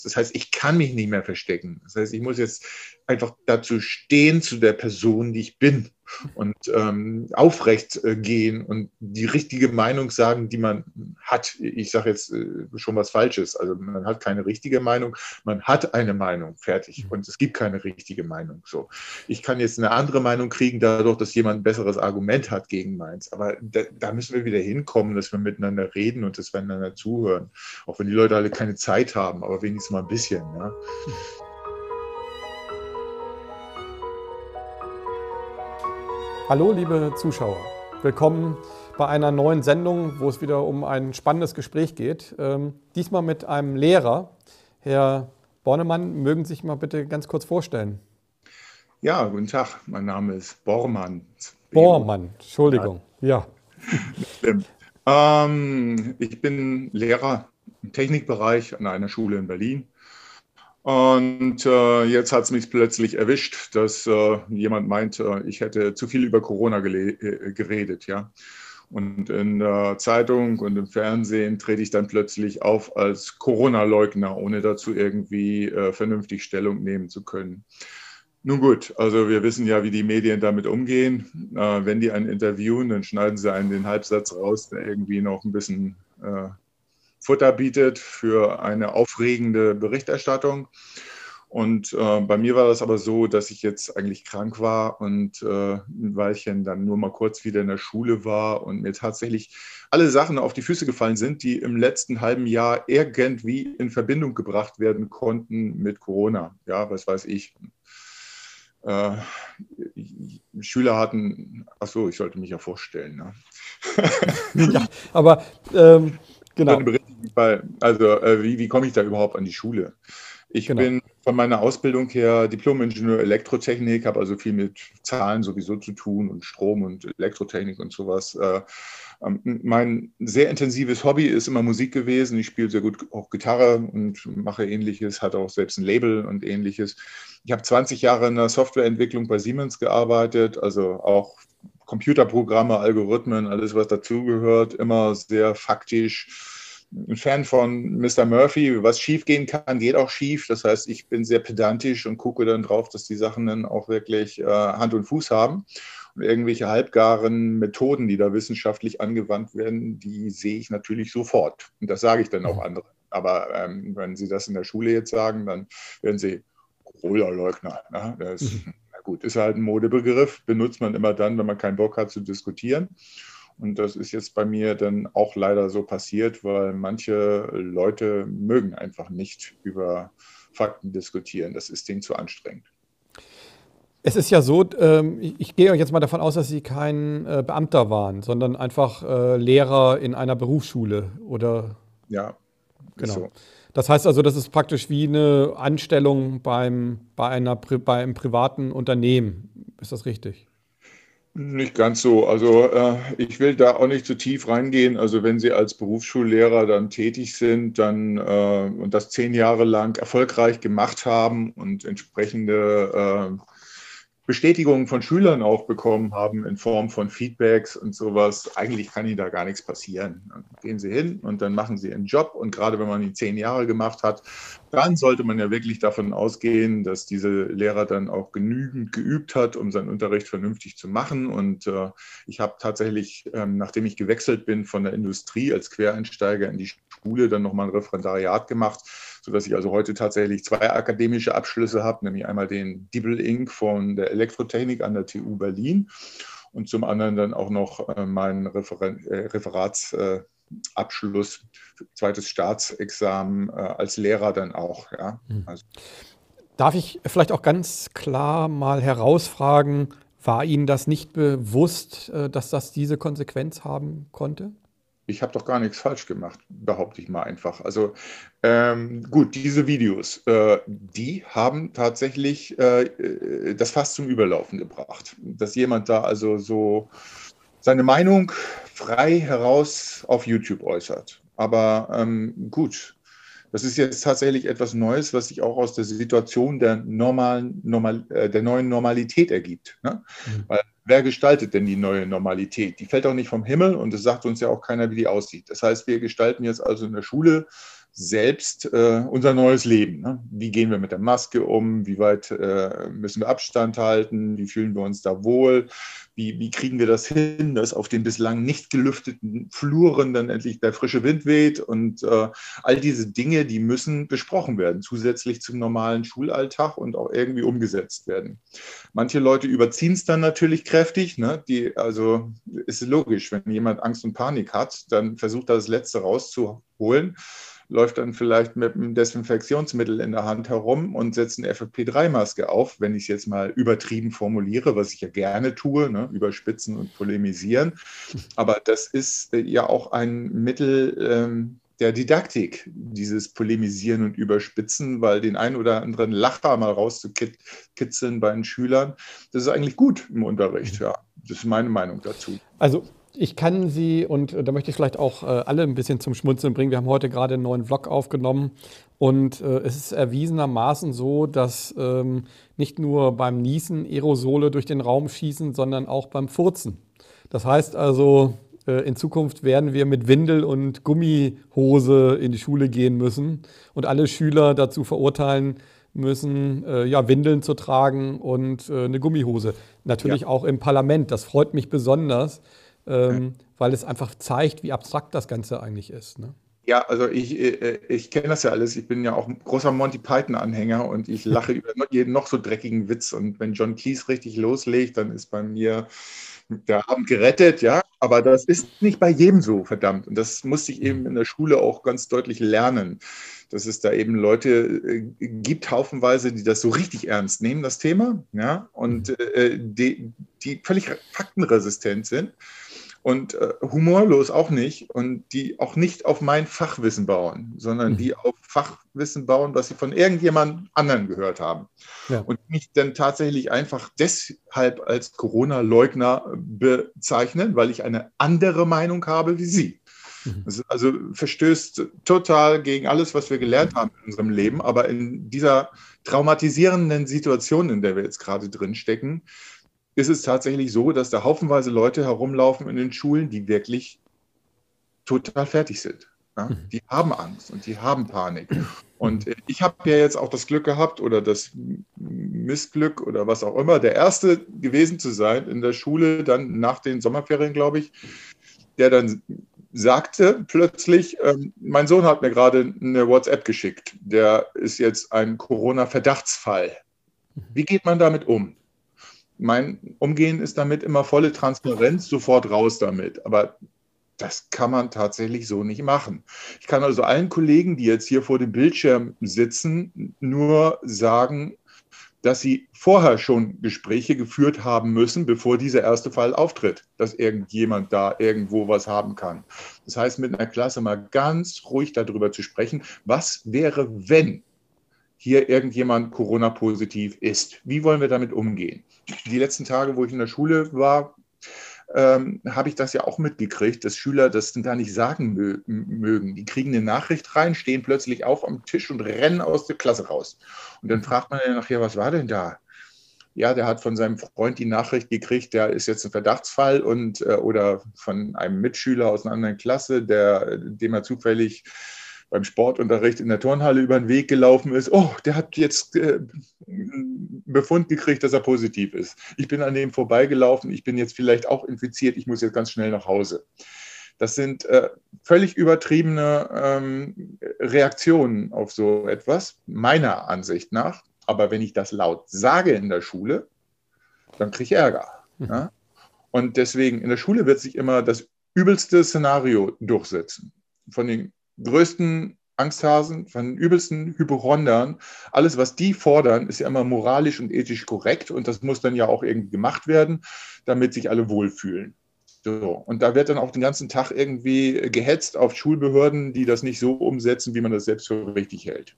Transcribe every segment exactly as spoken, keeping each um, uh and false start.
Das heißt, ich kann mich nicht mehr verstecken. Das heißt, ich muss jetzt einfach dazu stehen, zu der Person, die ich bin und ähm, aufrecht äh, gehen und die richtige Meinung sagen, die man hat. Ich sage jetzt äh, schon was Falsches. Also man hat keine richtige Meinung, man hat eine Meinung, fertig. Und es gibt keine richtige Meinung. So, ich kann jetzt eine andere Meinung kriegen, dadurch, dass jemand ein besseres Argument hat gegen meins. Aber da, da müssen wir wieder hinkommen, dass wir miteinander reden und dass wir einander zuhören. Auch wenn die Leute alle keine Zeit haben, aber wenigstens mal ein bisschen. Ja. Hallo liebe Zuschauer, willkommen bei einer neuen Sendung, wo es wieder um ein spannendes Gespräch geht. Ähm, diesmal mit einem Lehrer. Herr Bornemann, mögen Sie sich mal bitte ganz kurz vorstellen? Ja, guten Tag, mein Name ist Bormann. Bormann, Entschuldigung, ja. Stimmt. Ähm, ich bin Lehrer im Technikbereich an einer Schule in Berlin. Und äh, jetzt hat es mich plötzlich erwischt, dass äh, jemand meint, äh, ich hätte zu viel über Corona äh, geredet. Ja? Und in der Zeitung und im Fernsehen trete ich dann plötzlich auf als Corona-Leugner, ohne dazu irgendwie äh, vernünftig Stellung nehmen zu können. Nun gut, also wir wissen ja, wie die Medien damit umgehen. Äh, wenn die einen interviewen, dann schneiden sie einen den Halbsatz raus, der irgendwie noch ein bisschen äh, Futter bietet für eine aufregende Berichterstattung. Und äh, bei mir war das aber so, dass ich jetzt eigentlich krank war und äh, ein Weilchen dann nur mal kurz wieder in der Schule war und mir tatsächlich alle Sachen auf die Füße gefallen sind, die im letzten halben Jahr irgendwie in Verbindung gebracht werden konnten mit Corona. Ja, was weiß ich. Äh, Schüler hatten, ach so, ich sollte mich ja vorstellen. Ne? Ja, aber ähm, genau. Also äh, wie, wie komme ich da überhaupt an die Schule? Ich genau. bin von meiner Ausbildung her Diplom-Ingenieur Elektrotechnik, habe also viel mit Zahlen sowieso zu tun und Strom und Elektrotechnik und sowas. Äh, mein sehr intensives Hobby ist immer Musik gewesen. Ich spiele sehr gut auch Gitarre und mache Ähnliches, hatte auch selbst ein Label und Ähnliches. Ich habe zwanzig Jahre in der Softwareentwicklung bei Siemens gearbeitet, also auch Computerprogramme, Algorithmen, alles was dazugehört, immer sehr faktisch. Ein Fan von Mister Murphy, was schief gehen kann, geht auch schief. Das heißt, ich bin sehr pedantisch und gucke dann drauf, dass die Sachen dann auch wirklich äh, Hand und Fuß haben. Und irgendwelche halbgaren Methoden, die da wissenschaftlich angewandt werden, die sehe ich natürlich sofort. Und das sage ich dann auch anderen. Aber ähm, wenn Sie das in der Schule jetzt sagen, dann werden Sie Corona-Leugner. Ne? Das mhm. na gut, ist halt ein Modebegriff, benutzt man immer dann, wenn man keinen Bock hat zu diskutieren. Und das ist jetzt bei mir dann auch leider so passiert, weil manche Leute mögen einfach nicht über Fakten diskutieren. Das ist denen zu anstrengend. Es ist ja so, ich gehe jetzt mal davon aus, dass Sie kein Beamter waren, sondern einfach Lehrer in einer Berufsschule, oder? Ja, genau. So. Das heißt also, das ist praktisch wie eine Anstellung beim, bei, einer, bei einem privaten Unternehmen. Ist das richtig? Nicht ganz so. Also äh, ich will da auch nicht zu tief reingehen. Also wenn Sie als Berufsschullehrer dann tätig sind, dann äh, und das zehn Jahre lang erfolgreich gemacht haben und entsprechende äh, Bestätigungen von Schülern auch bekommen haben in Form von Feedbacks und sowas, eigentlich kann Ihnen da gar nichts passieren. Dann gehen Sie hin und dann machen Sie Ihren Job. Und gerade wenn man ihn zehn Jahre gemacht hat, dann sollte man ja wirklich davon ausgehen, dass diese Lehrer dann auch genügend geübt hat, um seinen Unterricht vernünftig zu machen. Und äh, ich habe tatsächlich, ähm, nachdem ich gewechselt bin von der Industrie als Quereinsteiger in die Schule, dann nochmal ein Referendariat gemacht, sodass ich also heute tatsächlich zwei akademische Abschlüsse habe, nämlich einmal den Dibbel-Ing von der Elektrotechnik an der T U Berlin und zum anderen dann auch noch äh, meinen Referen- äh, Referatsabschluss, äh, zweites Staatsexamen äh, als Lehrer dann auch. Ja. Also. Darf ich vielleicht auch ganz klar mal herausfragen, war Ihnen das nicht bewusst, äh, dass das diese Konsequenz haben konnte? Ich habe doch gar nichts falsch gemacht, behaupte ich mal einfach. Also ähm, gut, diese Videos, äh, die haben tatsächlich äh, das Fass zum Überlaufen gebracht. Dass jemand da also so seine Meinung frei heraus auf YouTube äußert. Aber ähm, gut, das ist jetzt tatsächlich etwas Neues, was sich auch aus der Situation der, normalen, normal, äh, der neuen Normalität ergibt. Ne? Mhm. Weil wer gestaltet denn die neue Normalität? Die fällt auch nicht vom Himmel und es sagt uns ja auch keiner, wie die aussieht. Das heißt, wir gestalten jetzt also in der Schule selbst äh, unser neues Leben. Ne? Wie gehen wir mit der Maske um? Wie weit äh, müssen wir Abstand halten? Wie fühlen wir uns da wohl? Wie, wie kriegen wir das hin, dass auf den bislang nicht gelüfteten Fluren dann endlich der frische Wind weht? Und äh, all diese Dinge, die müssen besprochen werden, zusätzlich zum normalen Schulalltag und auch irgendwie umgesetzt werden. Manche Leute überziehen es dann natürlich kräftig. Ne? Die, also ist logisch, wenn jemand Angst und Panik hat, dann versucht er das Letzte rauszuholen, läuft dann vielleicht mit einem Desinfektionsmittel in der Hand herum und setzt eine F F P drei Maske auf, wenn ich es jetzt mal übertrieben formuliere, was ich ja gerne tue, ne? Überspitzen und polemisieren. Aber das ist ja auch ein Mittel ähm, der Didaktik, dieses Polemisieren und Überspitzen, weil den einen oder anderen Lacher mal rauszukitzeln bei den Schülern, das ist eigentlich gut im Unterricht. Ja, das ist meine Meinung dazu. Also ich kann Sie, und da möchte ich vielleicht auch äh, alle ein bisschen zum Schmunzeln bringen. Wir haben heute gerade einen neuen Vlog aufgenommen und äh, es ist erwiesenermaßen so, dass ähm, nicht nur beim Niesen Aerosole durch den Raum schießen, sondern auch beim Furzen. Das heißt also, äh, in Zukunft werden wir mit Windel und Gummihose in die Schule gehen müssen und alle Schüler dazu verurteilen müssen, äh, ja, Windeln zu tragen und äh, eine Gummihose. Natürlich ja. Auch im Parlament. Das freut mich besonders. Ähm, weil es einfach zeigt, wie abstrakt das Ganze eigentlich ist. Ne? Ja, also ich, ich kenne das ja alles. Ich bin ja auch ein großer Monty Python-Anhänger und ich lache über jeden noch so dreckigen Witz. Und wenn John Cleese richtig loslegt, dann ist bei mir der Abend gerettet, ja. Aber das ist nicht bei jedem so, verdammt. Und das musste ich eben in der Schule auch ganz deutlich lernen, dass es da eben Leute gibt, haufenweise, die das so richtig ernst nehmen, das Thema, ja, und äh, die, die völlig faktenresistent sind. Und äh, humorlos auch nicht und die auch nicht auf mein Fachwissen bauen, sondern die auf Fachwissen bauen, was sie von irgendjemand anderen gehört haben. Ja. Und mich dann tatsächlich einfach deshalb als Corona-Leugner bezeichnen, weil ich eine andere Meinung habe wie sie. Mhm. Das also verstößt total gegen alles, was wir gelernt haben in unserem Leben. Aber in dieser traumatisierenden Situation, in der wir jetzt gerade drin stecken, ist es tatsächlich so, dass da haufenweise Leute herumlaufen in den Schulen, die wirklich total fertig sind. Ja? Mhm. Die haben Angst und die haben Panik. Und ich habe ja jetzt auch das Glück gehabt oder das Missglück oder was auch immer, der Erste gewesen zu sein in der Schule, dann nach den Sommerferien, glaube ich, der dann sagte plötzlich, ähm, mein Sohn hat mir gerade eine WhatsApp geschickt, der ist jetzt ein Corona-Verdachtsfall. Wie geht man damit um? Mein Umgehen ist damit immer volle Transparenz, sofort raus damit. Aber das kann man tatsächlich so nicht machen. Ich kann also allen Kollegen, die jetzt hier vor dem Bildschirm sitzen, nur sagen, dass sie vorher schon Gespräche geführt haben müssen, bevor dieser erste Fall auftritt, dass irgendjemand da irgendwo was haben kann. Das heißt, mit einer Klasse mal ganz ruhig darüber zu sprechen, was wäre, wenn hier irgendjemand Corona-positiv ist. Wie wollen wir damit umgehen? Die letzten Tage, wo ich in der Schule war, ähm, habe ich das ja auch mitgekriegt, dass Schüler das gar nicht sagen mö mögen. Die kriegen eine Nachricht rein, stehen plötzlich auf am Tisch und rennen aus der Klasse raus. Und dann fragt man ja nachher, was war denn da? Ja, der hat von seinem Freund die Nachricht gekriegt, der ist jetzt ein Verdachtsfall und äh, oder von einem Mitschüler aus einer anderen Klasse, der, dem er zufällig beim Sportunterricht in der Turnhalle über den Weg gelaufen ist. Oh, der hat jetzt äh, einen Befund gekriegt, dass er positiv ist. Ich bin an dem vorbeigelaufen, ich bin jetzt vielleicht auch infiziert, ich muss jetzt ganz schnell nach Hause. Das sind äh, völlig übertriebene ähm, Reaktionen auf so etwas, meiner Ansicht nach. Aber wenn ich das laut sage in der Schule, dann kriege ich Ärger. Mhm. Ja? Und deswegen, in der Schule wird sich immer das übelste Szenario durchsetzen. Von den größten Angsthasen, von den übelsten Hypochondern, alles, was die fordern, ist ja immer moralisch und ethisch korrekt und das muss dann ja auch irgendwie gemacht werden, damit sich alle wohlfühlen. So. Und da wird dann auch den ganzen Tag irgendwie gehetzt auf Schulbehörden, die das nicht so umsetzen, wie man das selbst für richtig hält.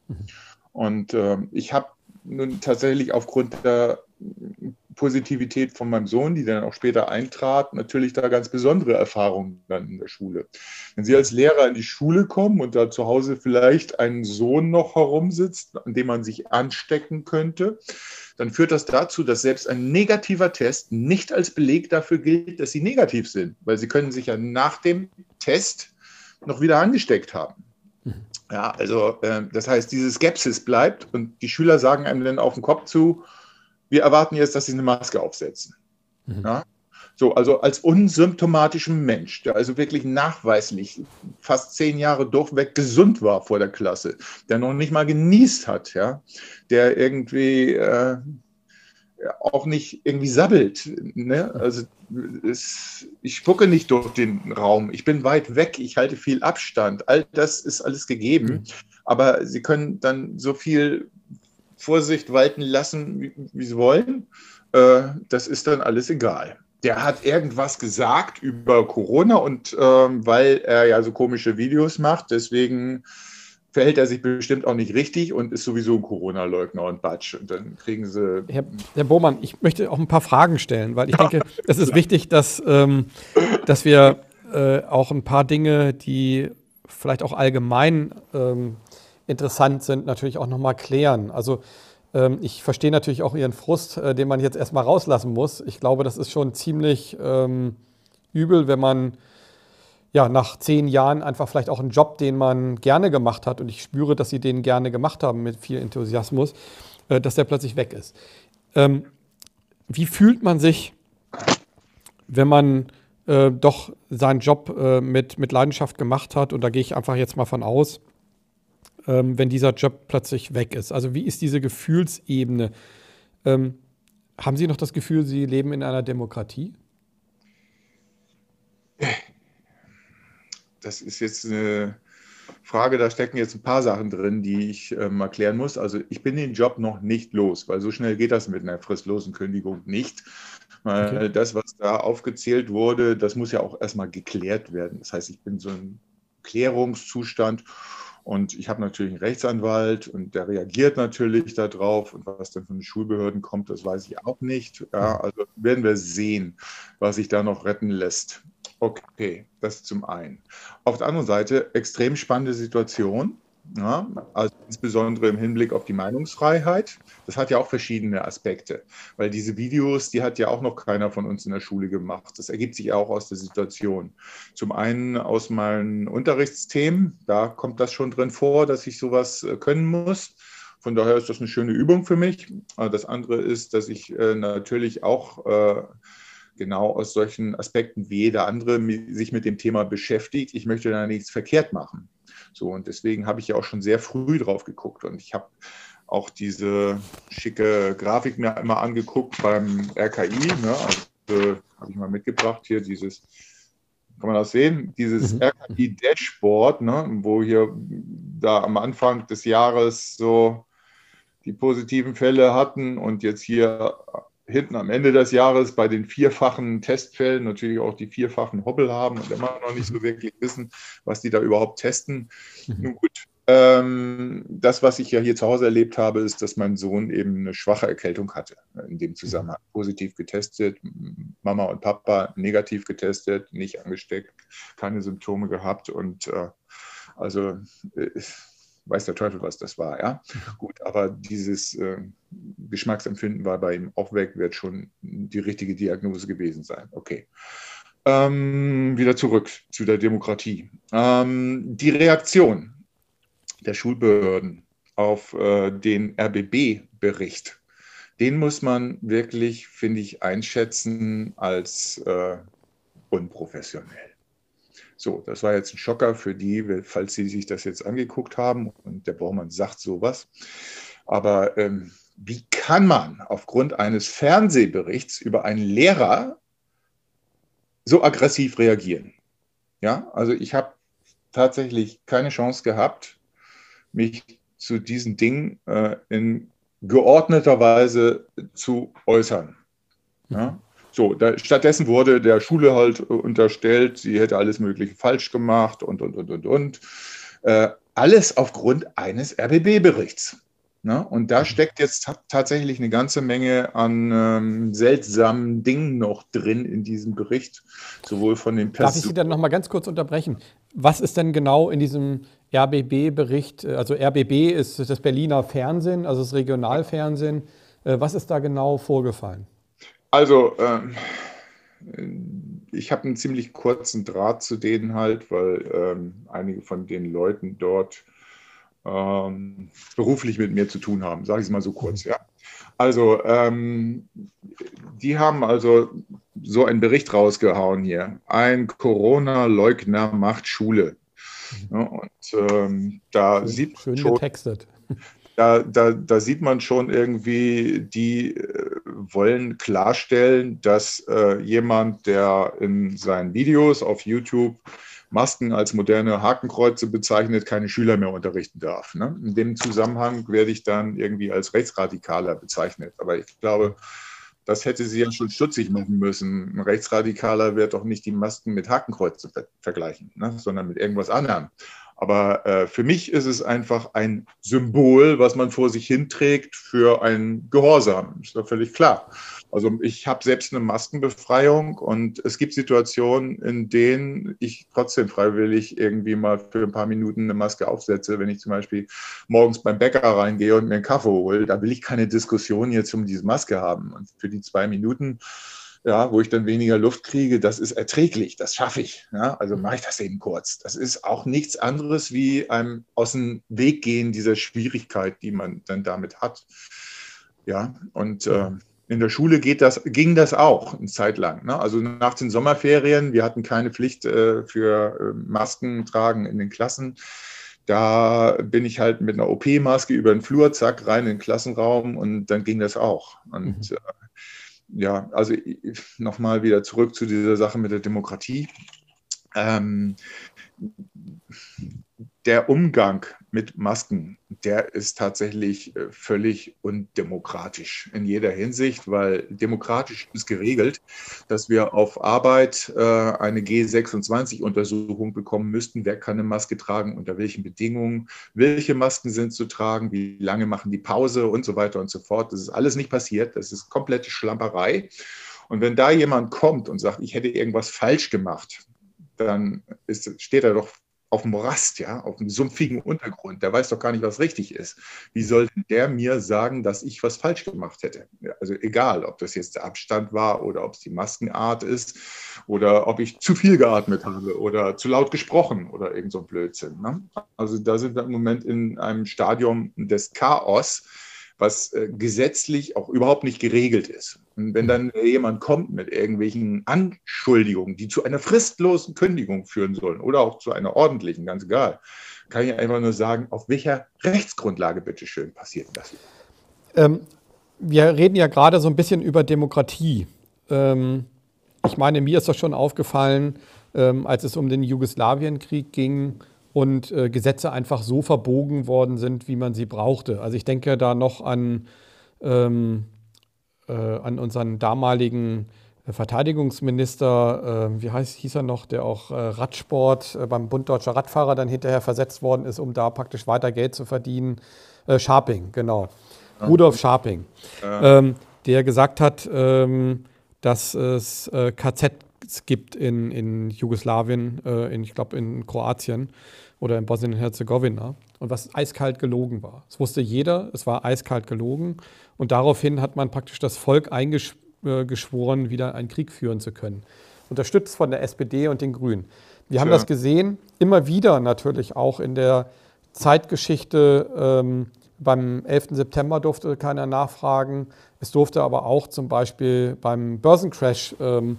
Und äh, ich habe nun tatsächlich aufgrund der Positivität von meinem Sohn, die dann auch später eintrat, natürlich da ganz besondere Erfahrungen dann in der Schule. Wenn Sie als Lehrer in die Schule kommen und da zu Hause vielleicht ein Sohn noch herumsitzt, an dem man sich anstecken könnte, dann führt das dazu, dass selbst ein negativer Test nicht als Beleg dafür gilt, dass Sie negativ sind, weil Sie können sich ja nach dem Test noch wieder angesteckt haben. Ja, also äh, das heißt, diese Skepsis bleibt und die Schüler sagen einem dann auf den Kopf zu, wir erwarten jetzt, dass sie eine Maske aufsetzen. Mhm. Ja? So, also als unsymptomatischen Mensch, der also wirklich nachweislich fast zehn Jahre durchweg gesund war vor der Klasse, der noch nicht mal genießt hat, ja, der irgendwie äh, auch nicht irgendwie sabbelt. Ne? Also es, ich spucke nicht durch den Raum, ich bin weit weg, ich halte viel Abstand. All das ist alles gegeben, aber sie können dann so viel Vorsicht walten lassen, wie, wie sie wollen. Äh, das ist dann alles egal. Der hat irgendwas gesagt über Corona und ähm, weil er ja so komische Videos macht, deswegen verhält er sich bestimmt auch nicht richtig und ist sowieso ein Corona-Leugner und Batsch. Und dann kriegen sie. Herr, Herr Bohmann, ich möchte auch ein paar Fragen stellen, weil ich denke, es ist wichtig, dass, ähm, dass wir äh, auch ein paar Dinge, die vielleicht auch allgemein ähm, interessant sind, natürlich auch nochmal klären. Also ähm, ich verstehe natürlich auch Ihren Frust, äh, den man jetzt erstmal rauslassen muss. Ich glaube, das ist schon ziemlich ähm, übel, wenn man ja, nach zehn Jahren einfach vielleicht auch einen Job, den man gerne gemacht hat, und ich spüre, dass Sie den gerne gemacht haben mit viel Enthusiasmus, äh, dass der plötzlich weg ist. Ähm, wie fühlt man sich, wenn man äh, doch seinen Job äh, mit, mit Leidenschaft gemacht hat? Und da gehe ich einfach jetzt mal von aus, ähm, wenn dieser Job plötzlich weg ist. Also wie ist diese Gefühlsebene? Ähm, haben Sie noch das Gefühl, Sie leben in einer Demokratie? Das ist jetzt eine Frage, da stecken jetzt ein paar Sachen drin, die ich ähm, erklären muss. Also ich bin den Job noch nicht los, weil so schnell geht das mit einer fristlosen Kündigung nicht. Weil Okay. das, was da aufgezählt wurde, das muss ja auch erstmal geklärt werden. Das heißt, ich bin so im Klärungszustand und ich habe natürlich einen Rechtsanwalt und der reagiert natürlich darauf. Und was dann von den Schulbehörden kommt, das weiß ich auch nicht. Ja, also werden wir sehen, was sich da noch retten lässt. Okay, das zum einen. Auf der anderen Seite extrem spannende Situation, ja, also insbesondere im Hinblick auf die Meinungsfreiheit. Das hat ja auch verschiedene Aspekte, weil diese Videos, die hat ja auch noch keiner von uns in der Schule gemacht. Das ergibt sich auch aus der Situation. Zum einen aus meinen Unterrichtsthemen, da kommt das schon drin vor, dass ich sowas können muss. Von daher ist das eine schöne Übung für mich. Das andere ist, dass ich natürlich auch genau aus solchen Aspekten wie jeder andere sich mit dem Thema beschäftigt. Ich möchte da nichts verkehrt machen. So, und deswegen habe ich ja auch schon sehr früh drauf geguckt. Und ich habe auch diese schicke Grafik mir immer angeguckt beim R K I. Ne? Also habe ich mal mitgebracht hier dieses, kann man das sehen? Dieses Mhm. R K I-Dashboard, ne? Wo hier da am Anfang des Jahres so die positiven Fälle hatten und jetzt hier hinten am Ende des Jahres bei den vierfachen Testfällen natürlich auch die vierfachen Hobbel haben und immer noch nicht so wirklich wissen, was die da überhaupt testen. Mhm. Nun gut, ähm, das, was ich ja hier zu Hause erlebt habe, ist, dass mein Sohn eben eine schwache Erkältung hatte. In dem Zusammenhang positiv getestet, Mama und Papa negativ getestet, nicht angesteckt, keine Symptome gehabt und äh, also äh, weiß der Teufel, was das war, ja. Gut, aber dieses äh, Geschmacksempfinden war bei ihm auch weg, wird schon die richtige Diagnose gewesen sein. Okay. Ähm, wieder zurück zu der Demokratie. Ähm, die Reaktion der Schulbehörden auf äh, den R B B-Bericht, den muss man wirklich, finde ich, einschätzen als äh, unprofessionell. So, das war jetzt ein Schocker für die, falls Sie sich das jetzt angeguckt haben und der Bormann sagt sowas. Aber ähm, wie kann man aufgrund eines Fernsehberichts über einen Lehrer so aggressiv reagieren? Ja, also ich habe tatsächlich keine Chance gehabt, mich zu diesen Dingen äh, in geordneter Weise zu äußern. Ja? So, da, stattdessen wurde der Schule halt unterstellt, sie hätte alles Mögliche falsch gemacht und, und, und, und, und. Äh, alles aufgrund eines R B B-Berichts. Ne? Und da steckt jetzt tatsächlich eine ganze Menge an ähm, seltsamen Dingen noch drin in diesem Bericht, sowohl von den Personen. Darf ich Sie dann noch mal ganz kurz unterbrechen? Was ist denn genau in diesem R B B-Bericht, also R B B ist das Berliner Fernsehen, also das Regionalfernsehen, was ist da genau vorgefallen? Also, ähm, ich habe einen ziemlich kurzen Draht zu denen halt, weil ähm, einige von den Leuten dort ähm, beruflich mit mir zu tun haben, sage ich es mal so kurz. Ja. Also, ähm, die haben also so einen Bericht rausgehauen hier. Ein Corona-Leugner macht Schule. Ja, und ähm, da Schön, sieht man schön schon, getextet. da, da, da sieht man schon irgendwie, die äh, wollen klarstellen, dass äh, jemand, der in seinen Videos auf YouTube Masken als moderne Hakenkreuze bezeichnet, keine Schüler mehr unterrichten darf. Ne? In dem Zusammenhang werde ich dann irgendwie als Rechtsradikaler bezeichnet. Aber ich glaube, das hätte sie ja schon stutzig machen müssen. Ein Rechtsradikaler wird doch nicht die Masken mit Hakenkreuzen ver vergleichen, ne? sondern mit irgendwas anderem. Aber äh, für mich ist es einfach ein Symbol, was man vor sich hinträgt für einen Gehorsam. Ist doch völlig klar. Also ich habe selbst eine Maskenbefreiung und es gibt Situationen, in denen ich trotzdem freiwillig irgendwie mal für ein paar Minuten eine Maske aufsetze, wenn ich zum Beispiel morgens beim Bäcker reingehe und mir einen Kaffee hole. Da will ich keine Diskussion jetzt um diese Maske haben. Und für die zwei Minuten, ja, wo ich dann weniger Luft kriege, das ist erträglich, das schaffe ich. Ja, also mache ich das eben kurz. Das ist auch nichts anderes wie einem aus dem Weg gehen dieser Schwierigkeit, die man dann damit hat. Ja, und äh, in der Schule geht das, ging das auch eine Zeit lang. Ne? Also nach den Sommerferien, wir hatten keine Pflicht äh, für äh, Masken tragen in den Klassen. Da bin ich halt mit einer O P-Maske über den Flur, zack, rein in den Klassenraum und dann ging das auch. Und mhm. äh, ja, also nochmal wieder zurück zu dieser Sache mit der Demokratie. Ähm, der Umgang mit Masken, der ist tatsächlich völlig undemokratisch in jeder Hinsicht, weil demokratisch ist geregelt, dass wir auf Arbeit äh, eine G sechsundzwanzig-Untersuchung bekommen müssten. Wer kann eine Maske tragen, unter welchen Bedingungen, welche Masken sind zu tragen, wie lange machen die Pause und so weiter und so fort. Das ist alles nicht passiert, das ist komplette Schlamperei. Und wenn da jemand kommt und sagt, ich hätte irgendwas falsch gemacht, dann ist, steht er doch auf dem Rast, ja, auf dem sumpfigen Untergrund. Der weiß doch gar nicht, was richtig ist. Wie soll der mir sagen, dass ich was falsch gemacht hätte? Also egal, ob das jetzt der Abstand war oder ob es die Maskenart ist oder ob ich zu viel geatmet habe oder zu laut gesprochen oder irgend so ein Blödsinn. Ne? Also da sind wir im Moment in einem Stadium des Chaos, was äh, gesetzlich auch überhaupt nicht geregelt ist. Und wenn dann jemand kommt mit irgendwelchen Anschuldigungen, die zu einer fristlosen Kündigung führen sollen oder auch zu einer ordentlichen, ganz egal, kann ich einfach nur sagen, auf welcher Rechtsgrundlage bitteschön passiert das? Ähm, wir reden ja gerade so ein bisschen über Demokratie. Ähm, ich meine, mir ist das schon aufgefallen, ähm, als es um den Jugoslawienkrieg ging, und äh, Gesetze einfach so verbogen worden sind, wie man sie brauchte. Also ich denke da noch an, ähm, äh, an unseren damaligen Verteidigungsminister, äh, wie heißt, hieß er noch, der auch äh, Radsport äh, beim Bund Deutscher Radfahrer dann hinterher versetzt worden ist, um da praktisch weiter Geld zu verdienen. Äh, Scharping, genau. Ja. Rudolf Scharping, ja. ähm, der gesagt hat, ähm, dass es äh, K Z gibt in, in Jugoslawien, äh, in, ich glaube in Kroatien oder in Bosnien-Herzegowina, und was eiskalt gelogen war. Das wusste jeder, es war eiskalt gelogen, und daraufhin hat man praktisch das Volk eingeschworen, wieder einen Krieg führen zu können. Unterstützt von der S P D und den Grünen. Wir haben ja. das gesehen, immer wieder natürlich auch in der Zeitgeschichte. Ähm, beim elften September durfte keiner nachfragen. Es durfte aber auch zum Beispiel beim Börsencrash ähm,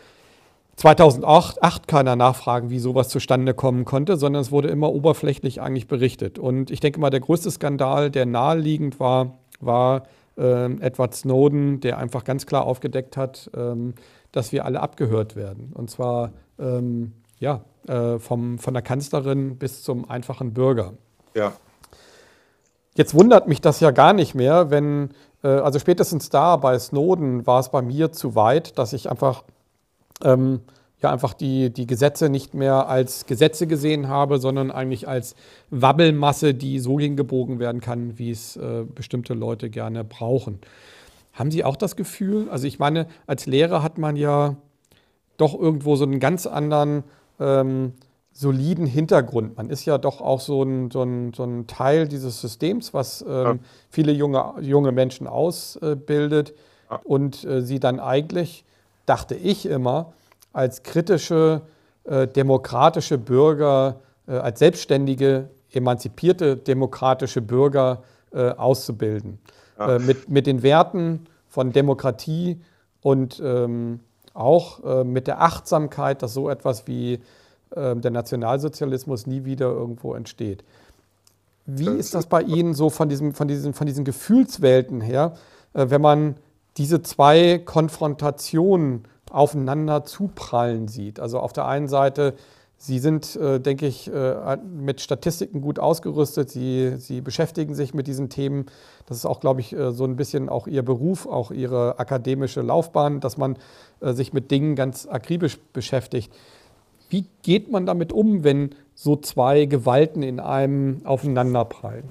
zweitausendacht keiner nachfragen, wie sowas zustande kommen konnte, sondern es wurde immer oberflächlich eigentlich berichtet. Und ich denke mal, der größte Skandal, der naheliegend war, war äh, Edward Snowden, der einfach ganz klar aufgedeckt hat, ähm, dass wir alle abgehört werden. Und zwar ähm, ja, äh, vom, von der Kanzlerin bis zum einfachen Bürger. Ja. Jetzt wundert mich das ja gar nicht mehr, wenn, äh, also spätestens da bei Snowden war es bei mir zu weit, dass ich einfach Ähm, ja, einfach die, die Gesetze nicht mehr als Gesetze gesehen habe, sondern eigentlich als Wabbelmasse, die so hingebogen werden kann, wie es äh, bestimmte Leute gerne brauchen. Haben Sie auch das Gefühl? Also ich meine, als Lehrer hat man ja doch irgendwo so einen ganz anderen ähm, soliden Hintergrund. Man ist ja doch auch so ein, so ein, so ein Teil dieses Systems, was ähm, ja. viele junge, junge Menschen ausbildet ja. und äh, sie dann eigentlich, dachte ich immer, als kritische, äh, demokratische Bürger, äh, als Selbstständige emanzipierte demokratische Bürger äh, auszubilden. Ja. Äh, mit, mit den Werten von Demokratie und ähm, auch äh, mit der Achtsamkeit, dass so etwas wie äh, der Nationalsozialismus nie wieder irgendwo entsteht. Wie das ist das bei Ihnen so von, diesem, von, diesen, von diesen Gefühlswelten her, äh, wenn man diese zwei Konfrontationen aufeinander zuprallen sieht? Also auf der einen Seite, Sie sind, äh, denke ich, äh, mit Statistiken gut ausgerüstet, Sie, Sie beschäftigen sich mit diesen Themen. Das ist auch, glaube ich, äh, so ein bisschen auch Ihr Beruf, auch Ihre akademische Laufbahn, dass man äh, sich mit Dingen ganz akribisch beschäftigt. Wie geht man damit um, wenn so zwei Gewalten in einem aufeinanderprallen?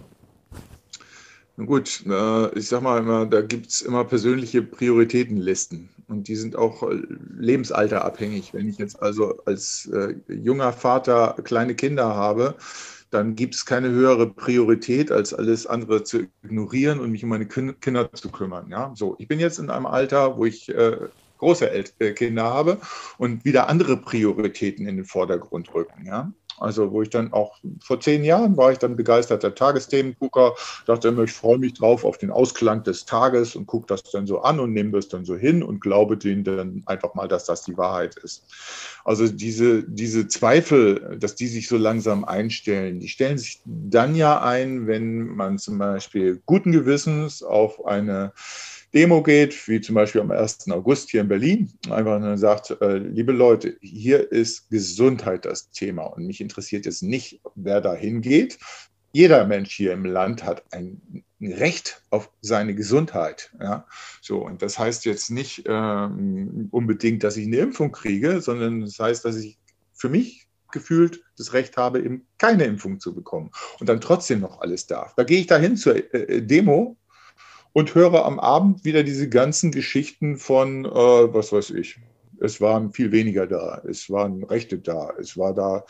Na gut, ich sag mal immer, da gibt es immer persönliche Prioritätenlisten und die sind auch lebensalterabhängig. Wenn ich jetzt also als äh, junger Vater kleine Kinder habe, dann gibt es keine höhere Priorität, als alles andere zu ignorieren und mich um meine Kinder zu kümmern. Ja? So, ich bin jetzt in einem Alter, wo ich äh, große El äh, Kinder habe und wieder andere Prioritäten in den Vordergrund rücken. Ja? Also wo ich dann auch, vor zehn Jahren war ich dann begeisterter Tagesthemengucker, dachte immer, ich freue mich drauf auf den Ausklang des Tages und gucke das dann so an und nehme das dann so hin und glaube denen dann einfach mal, dass das die Wahrheit ist. Also diese, diese Zweifel, dass die sich so langsam einstellen, die stellen sich dann ja ein, wenn man zum Beispiel guten Gewissens auf eine Demo geht, wie zum Beispiel am ersten August hier in Berlin, einfach nur sagt, äh, liebe Leute, hier ist Gesundheit das Thema und mich interessiert jetzt nicht, wer da hingeht. Jeder Mensch hier im Land hat ein Recht auf seine Gesundheit. Ja? So, und das heißt jetzt nicht ähm, unbedingt, dass ich eine Impfung kriege, sondern das heißt, dass ich für mich gefühlt das Recht habe, eben keine Impfung zu bekommen und dann trotzdem noch alles darf. Da gehe ich dahin zur äh, Demo und höre am Abend wieder diese ganzen Geschichten von, äh, was weiß ich, es waren viel weniger da, es waren Rechte da, es war da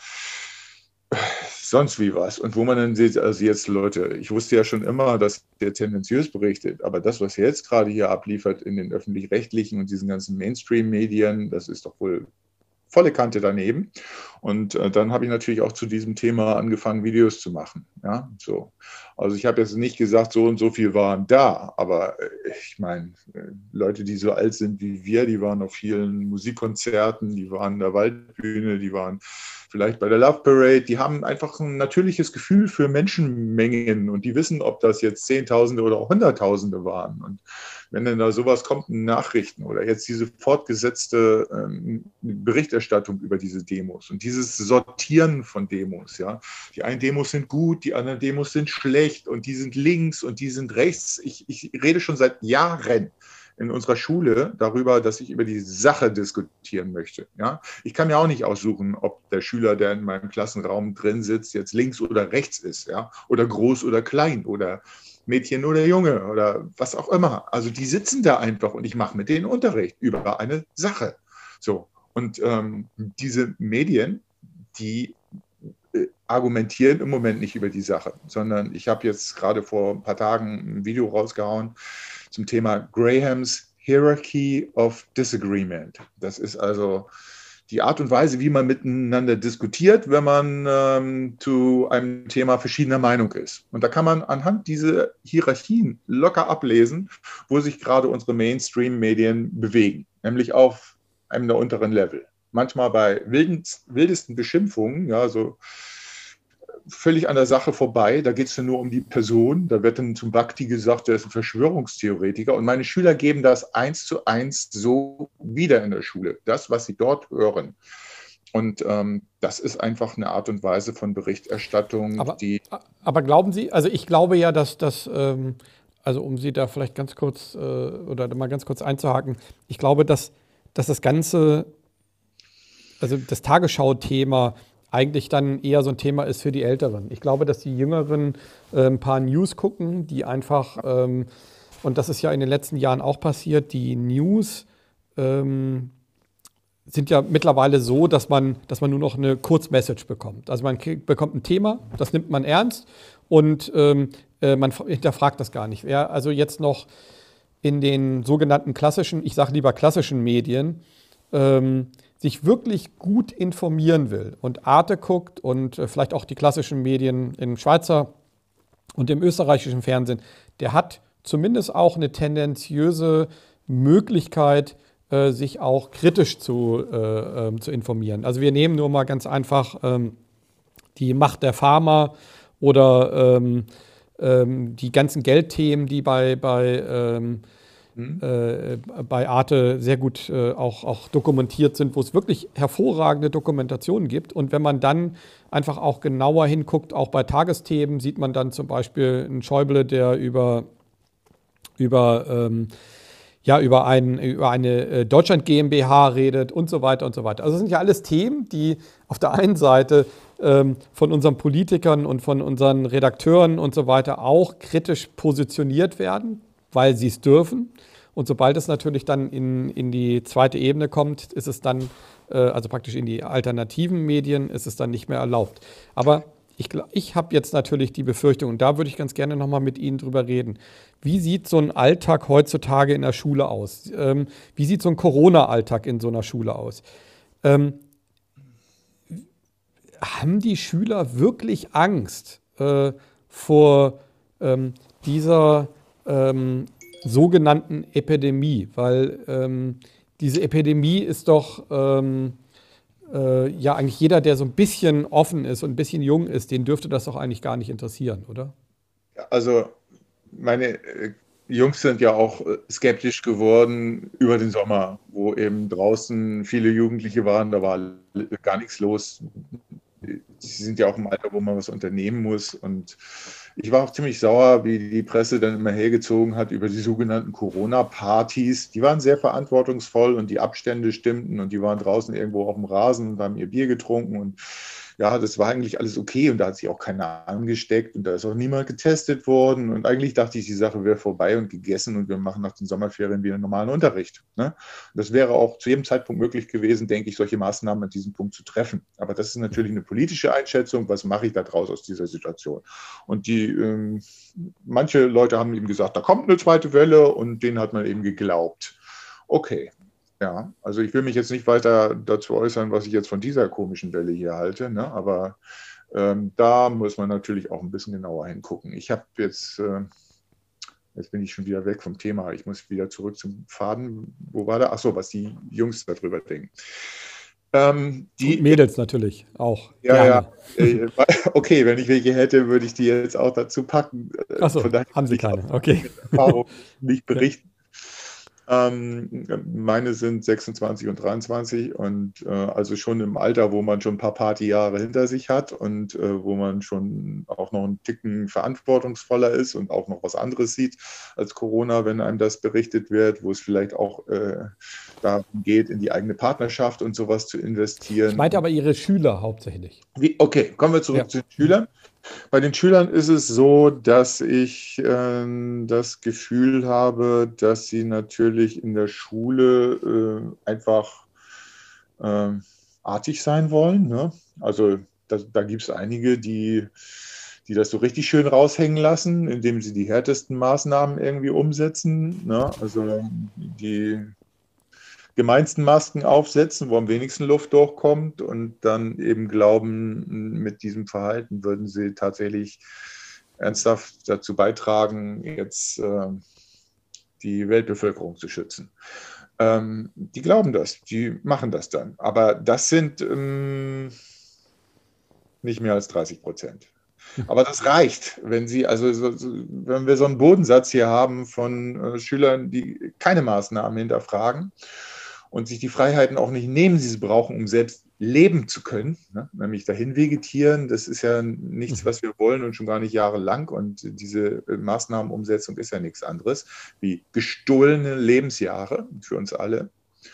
sonst wie was. Und wo man dann sieht, also jetzt Leute, ich wusste ja schon immer, dass der tendenziös berichtet, aber das, was er jetzt gerade hier abliefert in den öffentlich-rechtlichen und diesen ganzen Mainstream-Medien, das ist doch wohl volle Kante daneben. Und äh, dann habe ich natürlich auch zu diesem Thema angefangen, Videos zu machen. Ja, so. Also ich habe jetzt nicht gesagt, so und so viel waren da, aber äh, ich meine, äh, Leute, die so alt sind wie wir, die waren auf vielen Musikkonzerten, die waren in der Waldbühne, die waren vielleicht bei der Love Parade, die haben einfach ein natürliches Gefühl für Menschenmengen und die wissen, ob das jetzt Zehntausende oder auch Hunderttausende waren. Und wenn dann da sowas kommt in Nachrichten oder jetzt diese fortgesetzte ähm, Berichterstattung über diese Demos und dieses Sortieren von Demos, ja, die einen Demos sind gut, die anderen Demos sind schlecht und die sind links und die sind rechts. Ich, ich rede schon seit Jahren in unserer Schule darüber, dass ich über die Sache diskutieren möchte. Ja? Ich kann mir auch nicht aussuchen, ob der Schüler, der in meinem Klassenraum drin sitzt, jetzt links oder rechts ist, ja? Oder groß oder klein oder Mädchen oder Junge oder was auch immer. Also die sitzen da einfach und ich mache mit denen Unterricht über eine Sache. So. Und ähm, diese Medien, die äh, argumentieren im Moment nicht über die Sache, sondern ich habe jetzt gerade vor ein paar Tagen ein Video rausgehauen zum Thema Grahams Hierarchy of Disagreement. Das ist also die Art und Weise, wie man miteinander diskutiert, wenn man ähm, zu einem Thema verschiedener Meinung ist. Und da kann man anhand dieser Hierarchien locker ablesen, wo sich gerade unsere Mainstream-Medien bewegen, nämlich auf einem der unteren Level. Manchmal bei wildenst, wildesten Beschimpfungen, ja, so völlig an der Sache vorbei. Da geht es dann nur um die Person. Da wird dann zum Bhakti gesagt, der ist ein Verschwörungstheoretiker. Und meine Schüler geben das eins zu eins so wieder in der Schule. Das, was sie dort hören. Und ähm, das ist einfach eine Art und Weise von Berichterstattung, aber, die... Aber glauben Sie, also ich glaube ja, dass das, ähm, also um Sie da vielleicht ganz kurz äh, oder mal ganz kurz einzuhaken, ich glaube, dass, dass das Ganze, also das Tagesschau-Thema eigentlich dann eher so ein Thema ist für die Älteren. Ich glaube, dass die Jüngeren äh, ein paar News gucken, die einfach, ähm, und das ist ja in den letzten Jahren auch passiert, die News ähm, sind ja mittlerweile so, dass man, dass man nur noch eine Kurzmessage bekommt. Also man bekommt ein Thema, das nimmt man ernst und ähm, äh, man hinterfragt das gar nicht. Wer also jetzt noch in den sogenannten klassischen, ich sage lieber klassischen Medien, ähm, sich wirklich gut informieren will und Arte guckt und äh, vielleicht auch die klassischen Medien im Schweizer und im österreichischen Fernsehen, der hat zumindest auch eine tendenziöse Möglichkeit, äh, sich auch kritisch zu, äh, ähm, zu informieren. Also wir nehmen nur mal ganz einfach ähm, die Macht der Pharma oder ähm, ähm, die ganzen Geldthemen, die bei, bei, ähm, Hm? äh, bei Arte sehr gut äh, auch, auch dokumentiert sind, wo es wirklich hervorragende Dokumentationen gibt. Und wenn man dann einfach auch genauer hinguckt, auch bei Tagesthemen, sieht man dann zum Beispiel einen Schäuble, der über, über ähm, ja, über, ein, über eine äh, Deutschland GmbH redet und so weiter und so weiter. Also das sind ja alles Themen, die auf der einen Seite ähm, von unseren Politikern und von unseren Redakteuren und so weiter auch kritisch positioniert werden, weil sie es dürfen. Und sobald es natürlich dann in, in die zweite Ebene kommt, ist es dann, äh, also praktisch in die alternativen Medien, ist es dann nicht mehr erlaubt. Aber ich, ich habe jetzt natürlich die Befürchtung, und da würde ich ganz gerne nochmal mit Ihnen drüber reden. Wie sieht so ein Alltag heutzutage in der Schule aus? Ähm, wie sieht so ein Corona-Alltag in so einer Schule aus? Ähm, haben die Schüler wirklich Angst äh, vor ähm, dieser ähm, sogenannten Epidemie? Weil ähm, diese Epidemie ist doch... Ähm, Äh, ja, eigentlich jeder, der so ein bisschen offen ist und ein bisschen jung ist, den dürfte das doch eigentlich gar nicht interessieren, oder? Also meine äh, Jungs sind ja auch äh, skeptisch geworden über den Sommer, wo eben draußen viele Jugendliche waren, da war l- gar nichts los. Sie sind ja auch im Alter, wo man was unternehmen muss. Und ich war auch ziemlich sauer, wie die Presse dann immer hergezogen hat über die sogenannten Corona-Partys. Die waren sehr verantwortungsvoll und die Abstände stimmten und die waren draußen irgendwo auf dem Rasen und haben ihr Bier getrunken und ja, das war eigentlich alles okay und da hat sich auch keiner angesteckt und da ist auch niemand getestet worden und eigentlich dachte ich, die Sache wäre vorbei und gegessen und wir machen nach den Sommerferien wieder normalen Unterricht. Ne? Und das wäre auch zu jedem Zeitpunkt möglich gewesen, denke ich, solche Maßnahmen an diesem Punkt zu treffen. Aber das ist natürlich eine politische Einschätzung, was mache ich da draus aus dieser Situation? Und die, ähm, manche Leute haben eben gesagt, da kommt eine zweite Welle und denen hat man eben geglaubt. Okay. Ja, also ich will mich jetzt nicht weiter dazu äußern, was ich jetzt von dieser komischen Welle hier halte, ne? Aber ähm, da muss man natürlich auch ein bisschen genauer hingucken. Ich habe jetzt, äh, jetzt bin ich schon wieder weg vom Thema, ich muss wieder zurück zum Faden. Wo war der? Ach so, was die Jungs darüber denken. Ähm, die, Und Mädels natürlich auch. ja, Gerne. ja, äh, okay, wenn ich welche hätte, würde ich die jetzt auch dazu packen. Ach so, Von daher haben Sie kann ich keine. aus Okay. Erfahrung nicht Ja. berichten. Ähm, meine sind sechsundzwanzig und dreiundzwanzig und äh, also schon im Alter, wo man schon ein paar Partyjahre hinter sich hat und äh, wo man schon auch noch einen Ticken verantwortungsvoller ist und auch noch was anderes sieht als Corona, wenn einem das berichtet wird, wo es vielleicht auch äh, darum geht, in die eigene Partnerschaft und sowas zu investieren. Ich meinte aber Ihre Schüler hauptsächlich. Wie, okay, kommen wir zurück Ja. zu den Schülern. Bei den Schülern ist es so, dass ich äh, das Gefühl habe, dass sie natürlich in der Schule äh, einfach äh, artig sein wollen. Ne? Also da, da gibt es einige, die, die das so richtig schön raushängen lassen, indem sie die härtesten Maßnahmen irgendwie umsetzen. Ne? Also die gemeinsten Masken aufsetzen, wo am wenigsten Luft durchkommt und dann eben glauben, mit diesem Verhalten würden sie tatsächlich ernsthaft dazu beitragen, jetzt äh, die Weltbevölkerung zu schützen. Ähm, die glauben das, die machen das dann. Aber das sind ähm, nicht mehr als dreißig Prozent. Aber das reicht, wenn Sie, also so, so, wenn wir so einen Bodensatz hier haben von äh, Schülern, die keine Maßnahmen hinterfragen und sich die Freiheiten auch nicht nehmen, die sie brauchen, um selbst leben zu können, ne? Nämlich dahin vegetieren, das ist ja nichts, was wir wollen und schon gar nicht jahrelang und diese Maßnahmenumsetzung ist ja nichts anderes wie gestohlene Lebensjahre für uns alle.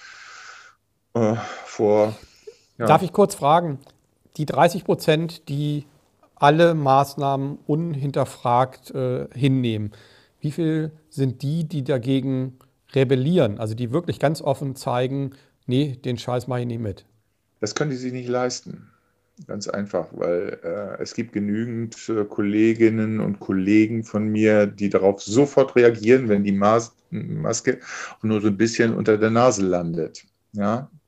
Äh, vor, ja. Darf ich kurz fragen, die dreißig Prozent, die alle Maßnahmen unhinterfragt äh, hinnehmen, wie viel sind die, die dagegen rebellieren, also die wirklich ganz offen zeigen, nee, den Scheiß mache ich nicht mit? Das können die sich nicht leisten. Ganz einfach, weil äh, es gibt genügend äh, Kolleginnen und Kollegen von mir, die darauf sofort reagieren, wenn die Mas Maske nur so ein bisschen unter der Nase landet. Ja,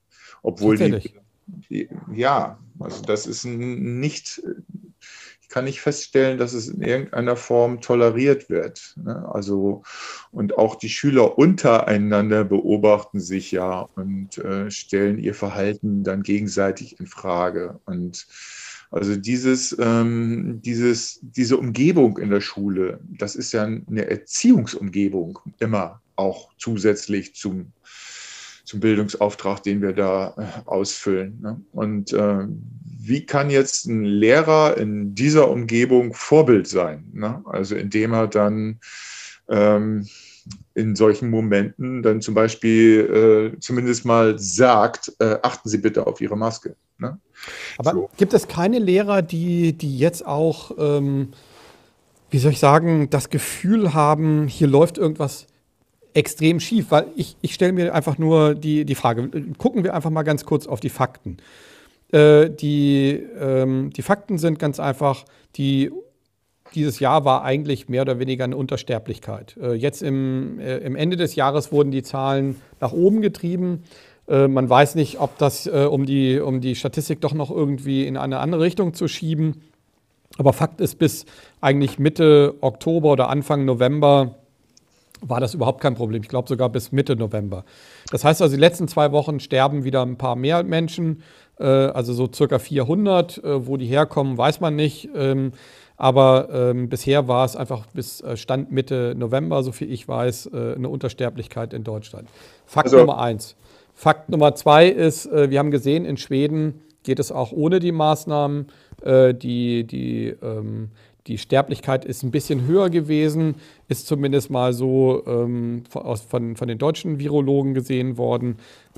obwohl die, die, ja, also das ist nicht, ich kann nicht feststellen, dass es in irgendeiner Form toleriert wird. Ne? Also, und auch die Schüler untereinander beobachten sich ja und äh, stellen ihr Verhalten dann gegenseitig in Frage. Und also dieses, ähm, dieses, diese Umgebung in der Schule, das ist ja eine Erziehungsumgebung immer auch zusätzlich zum, zum Bildungsauftrag, den wir da äh, ausfüllen. Ne? Und äh, wie kann jetzt ein Lehrer in dieser Umgebung Vorbild sein? Ne? Also indem er dann ähm, in solchen Momenten dann zum Beispiel äh, zumindest mal sagt, äh, achten Sie bitte auf Ihre Maske. Ne? Aber so. Gibt es keine Lehrer, die, die jetzt auch, ähm, wie soll ich sagen, das Gefühl haben, hier läuft irgendwas extrem schief? Weil ich, ich stelle mir einfach nur die, die Frage, gucken wir einfach mal ganz kurz auf die Fakten. Äh, die, ähm, die Fakten sind ganz einfach, die, dieses Jahr war eigentlich mehr oder weniger eine Untersterblichkeit. Äh, jetzt im, äh, im Ende des Jahres wurden die Zahlen nach oben getrieben. Man weiß nicht, ob das, äh, um, die, um die Statistik doch noch irgendwie in eine andere Richtung zu schieben. Aber Fakt ist, bis eigentlich Mitte Oktober oder Anfang November war das überhaupt kein Problem. Ich glaube sogar bis Mitte November. Das heißt also, die letzten zwei Wochen sterben wieder ein paar mehr Menschen, äh, also so circa vierhundert. Äh, wo die herkommen, weiß man nicht. Ähm, aber ähm, bisher war es einfach bis äh, Stand Mitte November, so viel ich weiß, äh, eine Untersterblichkeit in Deutschland. Fakt also Nummer eins. Fakt Nummer zwei ist, wir haben gesehen, in Schweden geht es auch ohne die Maßnahmen. Die, die, die Sterblichkeit ist ein bisschen höher gewesen, ist zumindest mal so von, von den deutschen Virologen gesehen worden.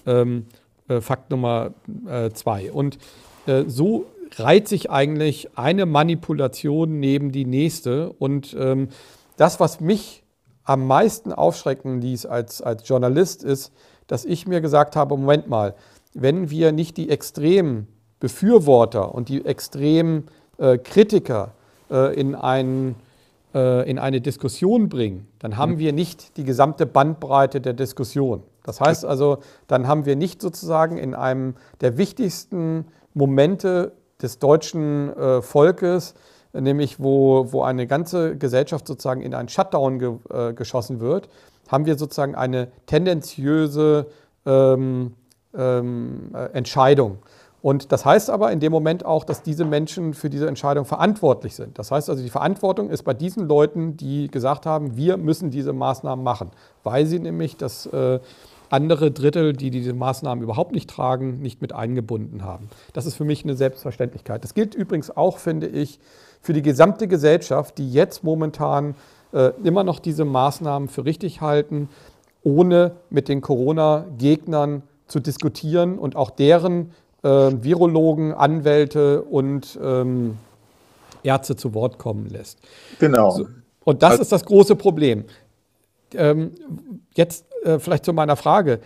Fakt Nummer zwei. Und so reiht sich eigentlich eine Manipulation neben die nächste. Und das, was mich am meisten aufschrecken ließ als, als Journalist, ist, dass ich mir gesagt habe, Moment mal, wenn wir nicht die extremen Befürworter und die extremen äh, Kritiker äh, in, ein, äh, in eine Diskussion bringen, dann haben wir nicht die gesamte Bandbreite der Diskussion. Das heißt also, dann haben wir nicht sozusagen in einem der wichtigsten Momente des deutschen äh, Volkes, nämlich wo, wo eine ganze Gesellschaft sozusagen in einen Shutdown ge, äh, geschossen wird, haben wir sozusagen eine tendenziöse ähm, ähm, Entscheidung. Und das heißt aber in dem Moment auch, dass diese Menschen für diese Entscheidung verantwortlich sind. Das heißt also, die Verantwortung ist bei diesen Leuten, die gesagt haben, wir müssen diese Maßnahmen machen, weil sie nämlich das äh, andere Drittel, die diese Maßnahmen überhaupt nicht tragen, nicht mit eingebunden haben. Das ist für mich eine Selbstverständlichkeit. Das gilt übrigens auch, finde ich, für die gesamte Gesellschaft, die jetzt momentan immer noch diese Maßnahmen für richtig halten, ohne mit den Corona-Gegnern zu diskutieren und auch deren äh, Virologen, Anwälte und ähm, Ärzte zu Wort kommen lässt. Genau. So, und das also, ist das große Problem. Ähm, jetzt äh, vielleicht zu meiner Frage.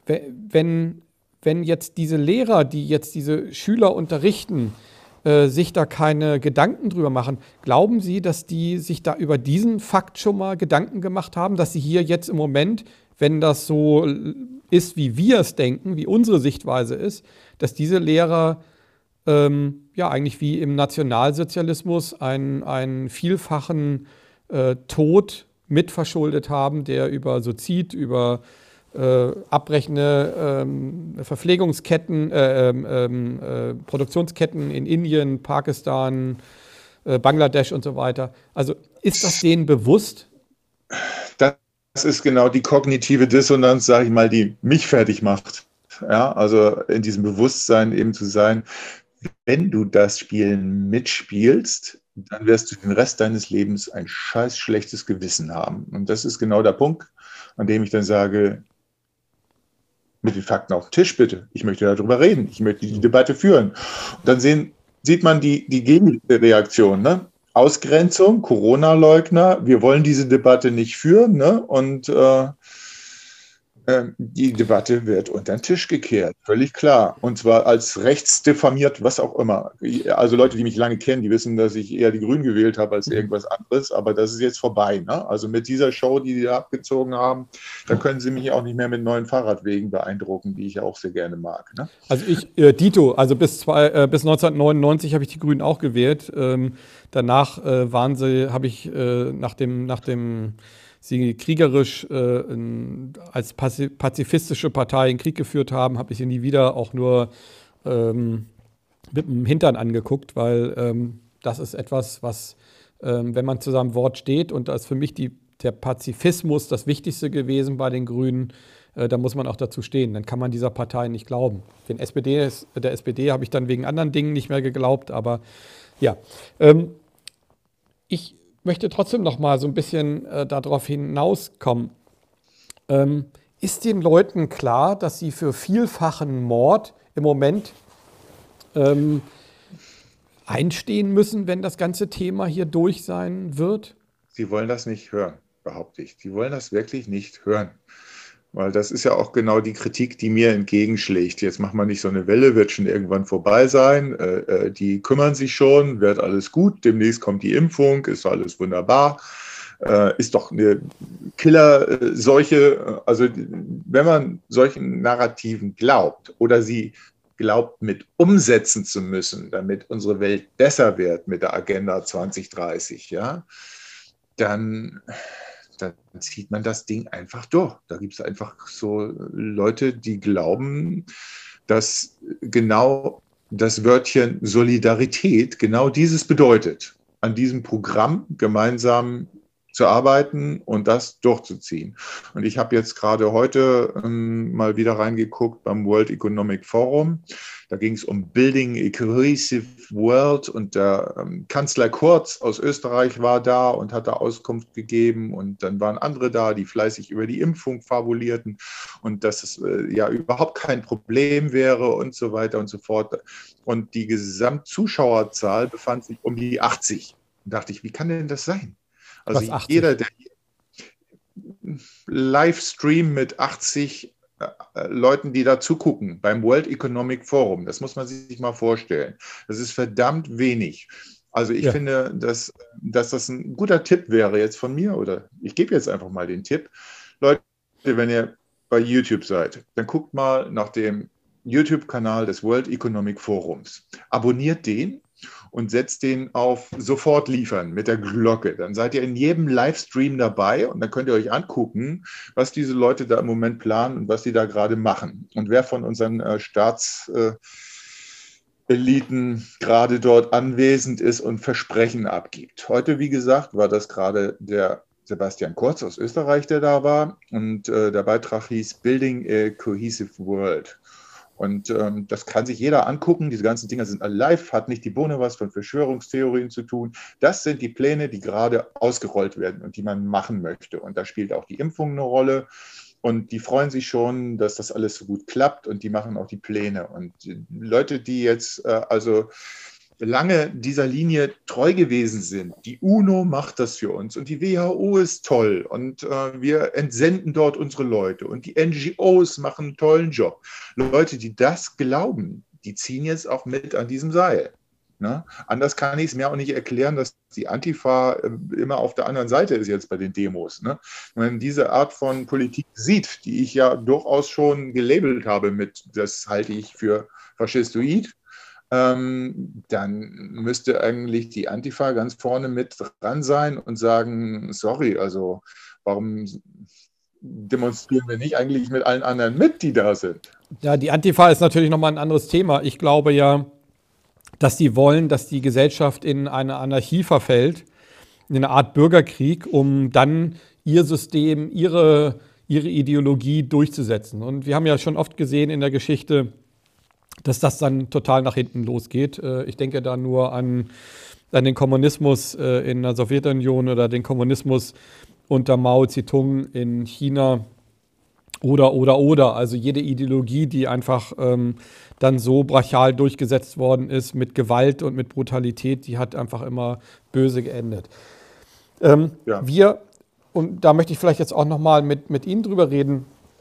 Wenn, wenn jetzt diese Lehrer, die jetzt diese Schüler unterrichten, sich da keine Gedanken drüber machen. Glauben Sie, dass die sich da über diesen Fakt schon mal Gedanken gemacht haben, dass sie hier jetzt im Moment, wenn das so ist, wie wir es denken, wie unsere Sichtweise ist, dass diese Lehrer ähm, ja eigentlich wie im Nationalsozialismus einen, einen vielfachen äh, Tod mitverschuldet haben, der über Sozid, über Äh, abbrechende ähm, Verpflegungsketten, äh, äh, Produktionsketten in Indien, Pakistan, äh, Bangladesch und so weiter. Also ist das denen bewusst? Das ist genau die kognitive Dissonanz, sage ich mal, die mich fertig macht. Ja, also in diesem Bewusstsein eben zu sein, wenn du das Spiel mitspielst, dann wirst du den Rest deines Lebens ein scheiß schlechtes Gewissen haben. Und das ist genau der Punkt, an dem ich dann sage, mit den Fakten auf den Tisch bitte. Ich möchte darüber reden. Ich möchte die Debatte führen. Und dann sehen, sieht man die, die Gegenreaktion. Ne? Ausgrenzung, Corona-Leugner. Wir wollen diese Debatte nicht führen. Ne? Und äh, Ähm, die Debatte wird unter den Tisch gekehrt, völlig klar. Und zwar als rechtsdifamiert, was auch immer. Also Leute, die mich lange kennen, die wissen, dass ich eher die Grünen gewählt habe als irgendwas anderes. Aber das ist jetzt vorbei. Ne? Also mit dieser Show, die die da abgezogen haben, da können sie mich auch nicht mehr mit neuen Fahrradwegen beeindrucken, die ich auch sehr gerne mag. Ne? Also ich, äh, Dito, also bis, zwei, äh, bis neunzehnhundertneunundneunzig habe ich die Grünen auch gewählt. Ähm, danach äh, waren sie, habe ich äh, nach dem, nach dem sie kriegerisch äh, in, als pazifistische Partei einen Krieg geführt haben, habe ich sie nie wieder auch nur ähm, mit dem Hintern angeguckt, weil ähm, das ist etwas, was, ähm, wenn man zu seinem Wort steht, und da ist für mich die, der Pazifismus das Wichtigste gewesen bei den Grünen, äh, da muss man auch dazu stehen. Dann kann man dieser Partei nicht glauben. Den S P D, der S P D habe ich dann wegen anderen Dingen nicht mehr geglaubt, aber ja. Ähm, ich möchte trotzdem noch mal so ein bisschen äh, darauf hinauskommen. Ähm, ist den Leuten klar, dass sie für vielfachen Mord im Moment ähm, einstehen müssen, wenn das ganze Thema hier durch sein wird? Sie wollen das nicht hören, behaupte ich. Sie wollen das wirklich nicht hören. Weil das ist ja auch genau die Kritik, die mir entgegenschlägt. Jetzt macht man nicht so eine Welle, wird schon irgendwann vorbei sein. Äh, die kümmern sich schon, wird alles gut. Demnächst kommt die Impfung, ist alles wunderbar. Äh, ist doch eine Killerseuche. Also wenn man solchen Narrativen glaubt oder sie glaubt, mit umsetzen zu müssen, damit unsere Welt besser wird mit der Agenda zwanzig dreißig, ja, dann... dann zieht man das Ding einfach durch. Da gibt es einfach so Leute, die glauben, dass genau das Wörtchen Solidarität genau dieses bedeutet, an diesem Programm gemeinsam zu arbeiten und das durchzuziehen. Und ich habe jetzt gerade heute ähm, mal wieder reingeguckt beim World Economic Forum. Da ging es um Building a Cohesive World und der ähm, Kanzler Kurz aus Österreich war da und hat da Auskunft gegeben und dann waren andere da, die fleißig über die Impfung fabulierten und dass es äh, ja überhaupt kein Problem wäre und so weiter und so fort. Und die Gesamtzuschauerzahl befand sich um die achtzig. Da dachte ich, wie kann denn das sein? Also jeder, der Livestream mit achtzig äh, Leuten, die da zugucken beim World Economic Forum, das muss man sich mal vorstellen. Das ist verdammt wenig. Also ich ja. finde, dass, dass das ein guter Tipp wäre jetzt von mir, oder ich gebe jetzt einfach mal den Tipp. Leute, wenn ihr bei YouTube seid, dann guckt mal nach dem YouTube-Kanal des World Economic Forums. Abonniert den und setzt den auf sofort liefern mit der Glocke. Dann seid ihr in jedem Livestream dabei und dann könnt ihr euch angucken, was diese Leute da im Moment planen und was die da gerade machen. Und wer von unseren äh, Staatseliten äh, gerade dort anwesend ist und Versprechen abgibt. Heute, wie gesagt, war das gerade der Sebastian Kurz aus Österreich, der da war. Und äh, der Beitrag hieß Building a Cohesive World. Und ähm, das kann sich jeder angucken. Diese ganzen Dinger sind alle live, hat nicht die Bohne was von Verschwörungstheorien zu tun. Das sind die Pläne, die gerade ausgerollt werden und die man machen möchte. Und da spielt auch die Impfung eine Rolle. Und die freuen sich schon, dass das alles so gut klappt und die machen auch die Pläne. Und die Leute, die jetzt äh, also lange dieser Linie treu gewesen sind. Die UNO macht das für uns und die W H O ist toll und äh, wir entsenden dort unsere Leute und die N G Os machen einen tollen Job. Leute, die das glauben, die ziehen jetzt auch mit an diesem Seil. Ne? Anders kann ich es mir auch nicht erklären, dass die Antifa äh, immer auf der anderen Seite ist jetzt bei den Demos. Ne? Wenn man diese Art von Politik sieht, die ich ja durchaus schon gelabelt habe mit, das halte ich für faschistoid, Ähm, dann müsste eigentlich die Antifa ganz vorne mit dran sein und sagen, sorry, also warum demonstrieren wir nicht eigentlich mit allen anderen mit, die da sind? Ja, die Antifa ist natürlich nochmal ein anderes Thema. Ich glaube ja, dass die wollen, dass die Gesellschaft in eine Anarchie verfällt, in eine Art Bürgerkrieg, um dann ihr System, ihre, ihre Ideologie durchzusetzen. Und wir haben ja schon oft gesehen in der Geschichte, dass das dann total nach hinten losgeht. Ich denke da nur an, an den Kommunismus in der Sowjetunion oder den Kommunismus unter Mao Zedong in China oder, oder, oder. Also jede Ideologie, die einfach ähm, dann so brachial durchgesetzt worden ist mit Gewalt und mit Brutalität, die hat einfach immer böse geendet. Ähm, ja. Wir, und da möchte ich vielleicht jetzt auch nochmal mit, mit Ihnen drüber reden,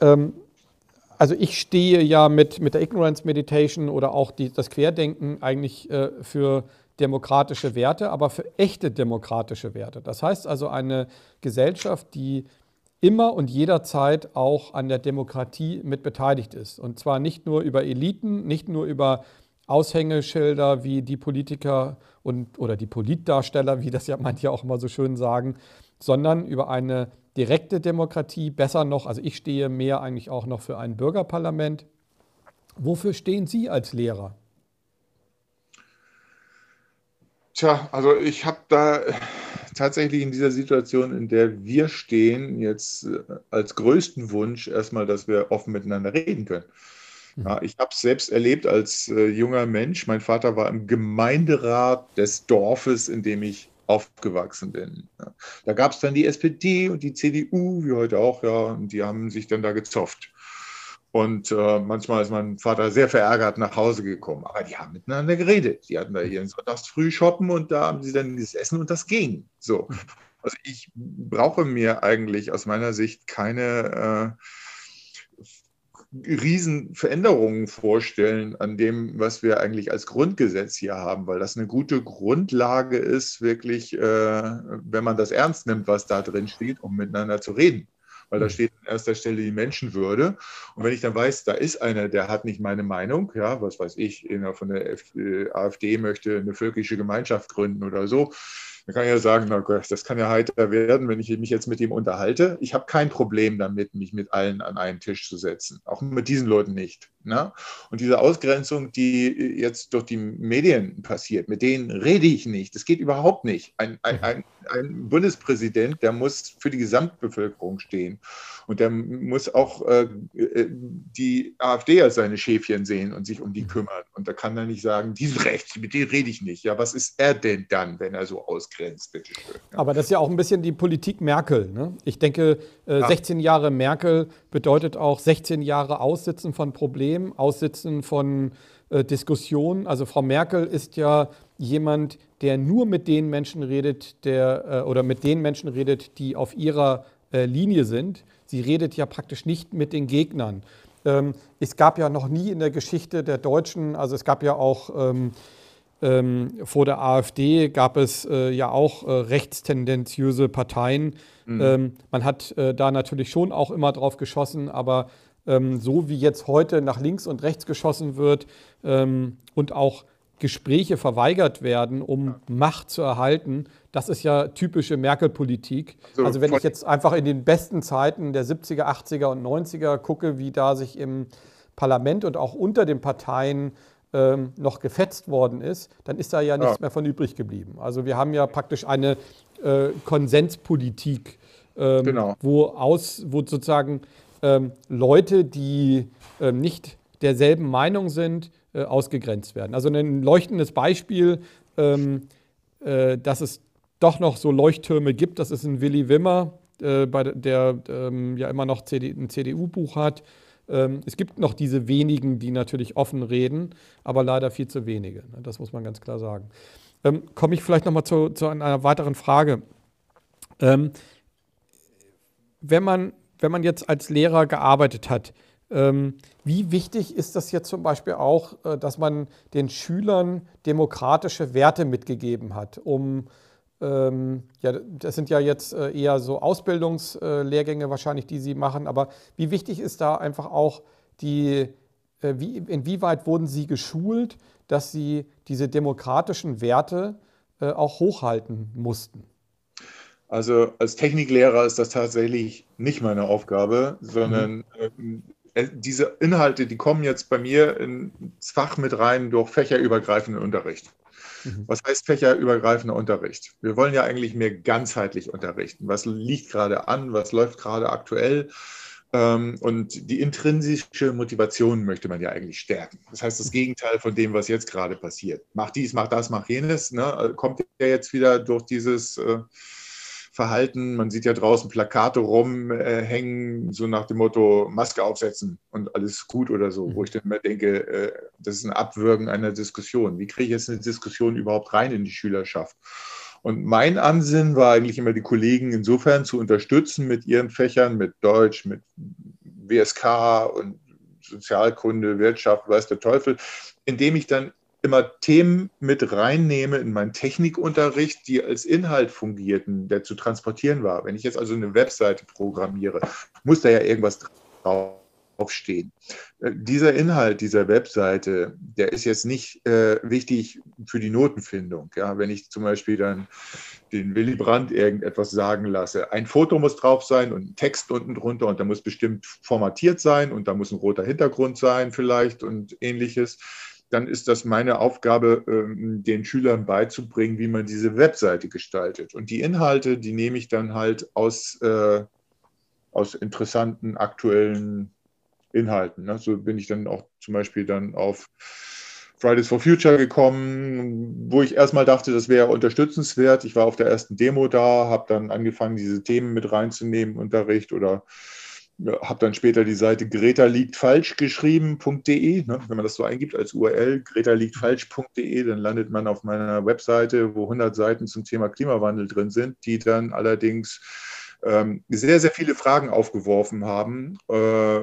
ähm, also ich stehe ja mit, mit der Ignorance Meditation oder auch die, das Querdenken eigentlich äh, für demokratische Werte, aber für echte demokratische Werte. Das heißt also eine Gesellschaft, die immer und jederzeit auch an der Demokratie mit beteiligt ist. Und zwar nicht nur über Eliten, nicht nur über Aushängeschilder wie die Politiker und, oder die Politdarsteller, wie das ja manche auch immer so schön sagen, sondern über eine direkte Demokratie, besser noch, also ich stehe mehr eigentlich auch noch für ein Bürgerparlament. Wofür stehen Sie als Lehrer? Tja, also ich habe da tatsächlich in dieser Situation, in der wir stehen, jetzt äh, als größten Wunsch erstmal, dass wir offen miteinander reden können. Ja, ich habe es selbst erlebt als äh, junger Mensch. Mein Vater war im Gemeinderat des Dorfes, in dem ich aufgewachsen bin. Ja, da gab es dann die S P D und die C D U, wie heute auch, ja, und die haben sich dann da gezofft. Und äh, manchmal ist mein Vater sehr verärgert nach Hause gekommen. Aber die haben miteinander geredet. Die hatten da ihren Sonntagsfrühschoppen und da haben sie dann gesessen und das ging. So. Also ich brauche mir eigentlich aus meiner Sicht keine äh, Riesenveränderungen vorstellen an dem, was wir eigentlich als Grundgesetz hier haben, weil das eine gute Grundlage ist, wirklich, äh, wenn man das ernst nimmt, was da drin steht, um miteinander zu reden. Weil da steht an erster Stelle die Menschenwürde. Und wenn ich dann weiß, da ist einer, der hat nicht meine Meinung, ja, was weiß ich, einer von der AfD möchte eine völkische Gemeinschaft gründen oder so, dann kann ich ja sagen, na Gott, das kann ja heiter werden, wenn ich mich jetzt mit ihm unterhalte. Ich habe kein Problem damit, mich mit allen an einen Tisch zu setzen. Auch mit diesen Leuten nicht. Ne? Und diese Ausgrenzung, die jetzt durch die Medien passiert, mit denen rede ich nicht. Das geht überhaupt nicht. Ein, ein, ein, ein Bundespräsident, der muss für die Gesamtbevölkerung stehen. Und der muss auch äh, die AfD als seine Schäfchen sehen und sich um die kümmern. Und da kann er nicht sagen, die sind rechts, mit denen rede ich nicht. Ja, was ist er denn dann, wenn er so ausgrenzt, bitte schön? Ja. Aber das ist ja auch ein bisschen die Politik Merkel. Ne? Ich denke, äh, sechzehn Jahre Merkel bedeutet auch sechzehn Jahre Aussitzen von Problemen, Aussitzen von äh, Diskussionen. Also Frau Merkel ist ja jemand, der nur mit den Menschen redet, der, äh, oder mit den Menschen redet, die auf ihrer äh, Linie sind. Sie redet ja praktisch nicht mit den Gegnern. Ähm, es gab ja noch nie in der Geschichte der Deutschen, also es gab ja auch ähm, ähm, vor der AfD gab es äh, ja auch äh, rechtstendenziöse Parteien. Mhm. Ähm, man hat äh, da natürlich schon auch immer drauf geschossen, aber ähm, so wie jetzt heute nach links und rechts geschossen wird ähm, und auch Gespräche verweigert werden, um ja. Macht zu erhalten, das ist ja typische Merkel-Politik. Also, also wenn ich jetzt einfach in den besten Zeiten der siebziger, achtziger und neunziger gucke, wie da sich im Parlament und auch unter den Parteien ähm, noch gefetzt worden ist, dann ist da ja nichts ja. mehr von übrig geblieben. Also wir haben ja praktisch eine äh, Konsenspolitik, ähm, genau. wo, aus, wo sozusagen ähm, Leute, die ähm, nicht derselben Meinung sind, äh, ausgegrenzt werden. Also ein leuchtendes Beispiel, ähm, äh, dass es doch noch so Leuchttürme gibt, das ist ein Willy Wimmer, äh, bei der ähm, ja immer noch C D, ein C D U-Buch hat. Ähm, es gibt noch diese wenigen, die natürlich offen reden, aber leider viel zu wenige. Ne? Das muss man ganz klar sagen. Ähm, komme ich vielleicht nochmal zu, zu einer weiteren Frage. Ähm, wenn man, wenn man jetzt als Lehrer gearbeitet hat, ähm, wie wichtig ist das jetzt zum Beispiel auch, äh, dass man den Schülern demokratische Werte mitgegeben hat, um ähm, ja, das sind ja jetzt äh, eher so Ausbildungslehrgänge wahrscheinlich, die Sie machen, aber wie wichtig ist da einfach auch die, äh, wie, inwieweit wurden Sie geschult, dass Sie diese demokratischen Werte äh, auch hochhalten mussten? Also als Techniklehrer ist das tatsächlich nicht meine Aufgabe, sondern mhm. äh, diese Inhalte, die kommen jetzt bei mir ins Fach mit rein durch fächerübergreifenden Unterricht. Mhm. Was heißt fächerübergreifender Unterricht? Wir wollen ja eigentlich mehr ganzheitlich unterrichten. Was liegt gerade an? Was läuft gerade aktuell? Ähm, und die intrinsische Motivation möchte man ja eigentlich stärken. Das heißt, das Gegenteil von dem, was jetzt gerade passiert. Mach dies, mach das, mach jenes. Ne? Kommt ja jetzt wieder durch dieses äh, Verhalten. Man sieht ja draußen Plakate rumhängen, äh, so nach dem Motto Maske aufsetzen und alles gut oder so, mhm. wo ich dann immer denke, äh, das ist ein Abwürgen einer Diskussion. Wie kriege ich jetzt eine Diskussion überhaupt rein in die Schülerschaft? Und mein Ansinnen war eigentlich immer, die Kollegen insofern zu unterstützen mit ihren Fächern, mit Deutsch, mit W S K und Sozialkunde, Wirtschaft, weiß der Teufel, indem ich dann immer Themen mit reinnehme in meinen Technikunterricht, die als Inhalt fungierten, der zu transportieren war. Wenn ich jetzt also eine Webseite programmiere, muss da ja irgendwas draufstehen. Dieser Inhalt dieser Webseite, der ist jetzt nicht äh, wichtig für die Notenfindung. Ja, wenn ich zum Beispiel dann den Willy Brandt irgendetwas sagen lasse, ein Foto muss drauf sein und ein Text unten drunter und da muss bestimmt formatiert sein und da muss ein roter Hintergrund sein vielleicht und ähnliches, dann ist das meine Aufgabe, den Schülern beizubringen, wie man diese Webseite gestaltet. Und die Inhalte, die nehme ich dann halt aus, äh, aus interessanten, aktuellen Inhalten. Ne? So bin ich dann auch zum Beispiel dann auf Fridays for Future gekommen, wo ich erstmal dachte, das wäre unterstützenswert. Ich war auf der ersten Demo da, habe dann angefangen, diese Themen mit reinzunehmen, Unterricht, oder ja, habe dann später die Seite greta liegt falsch geschrieben punkt de, ne? Wenn man das so eingibt als U R L, greta liegt falsch punkt de, dann landet man auf meiner Webseite, wo hundert Seiten zum Thema Klimawandel drin sind, die dann allerdings ähm, sehr, sehr viele Fragen aufgeworfen haben, äh,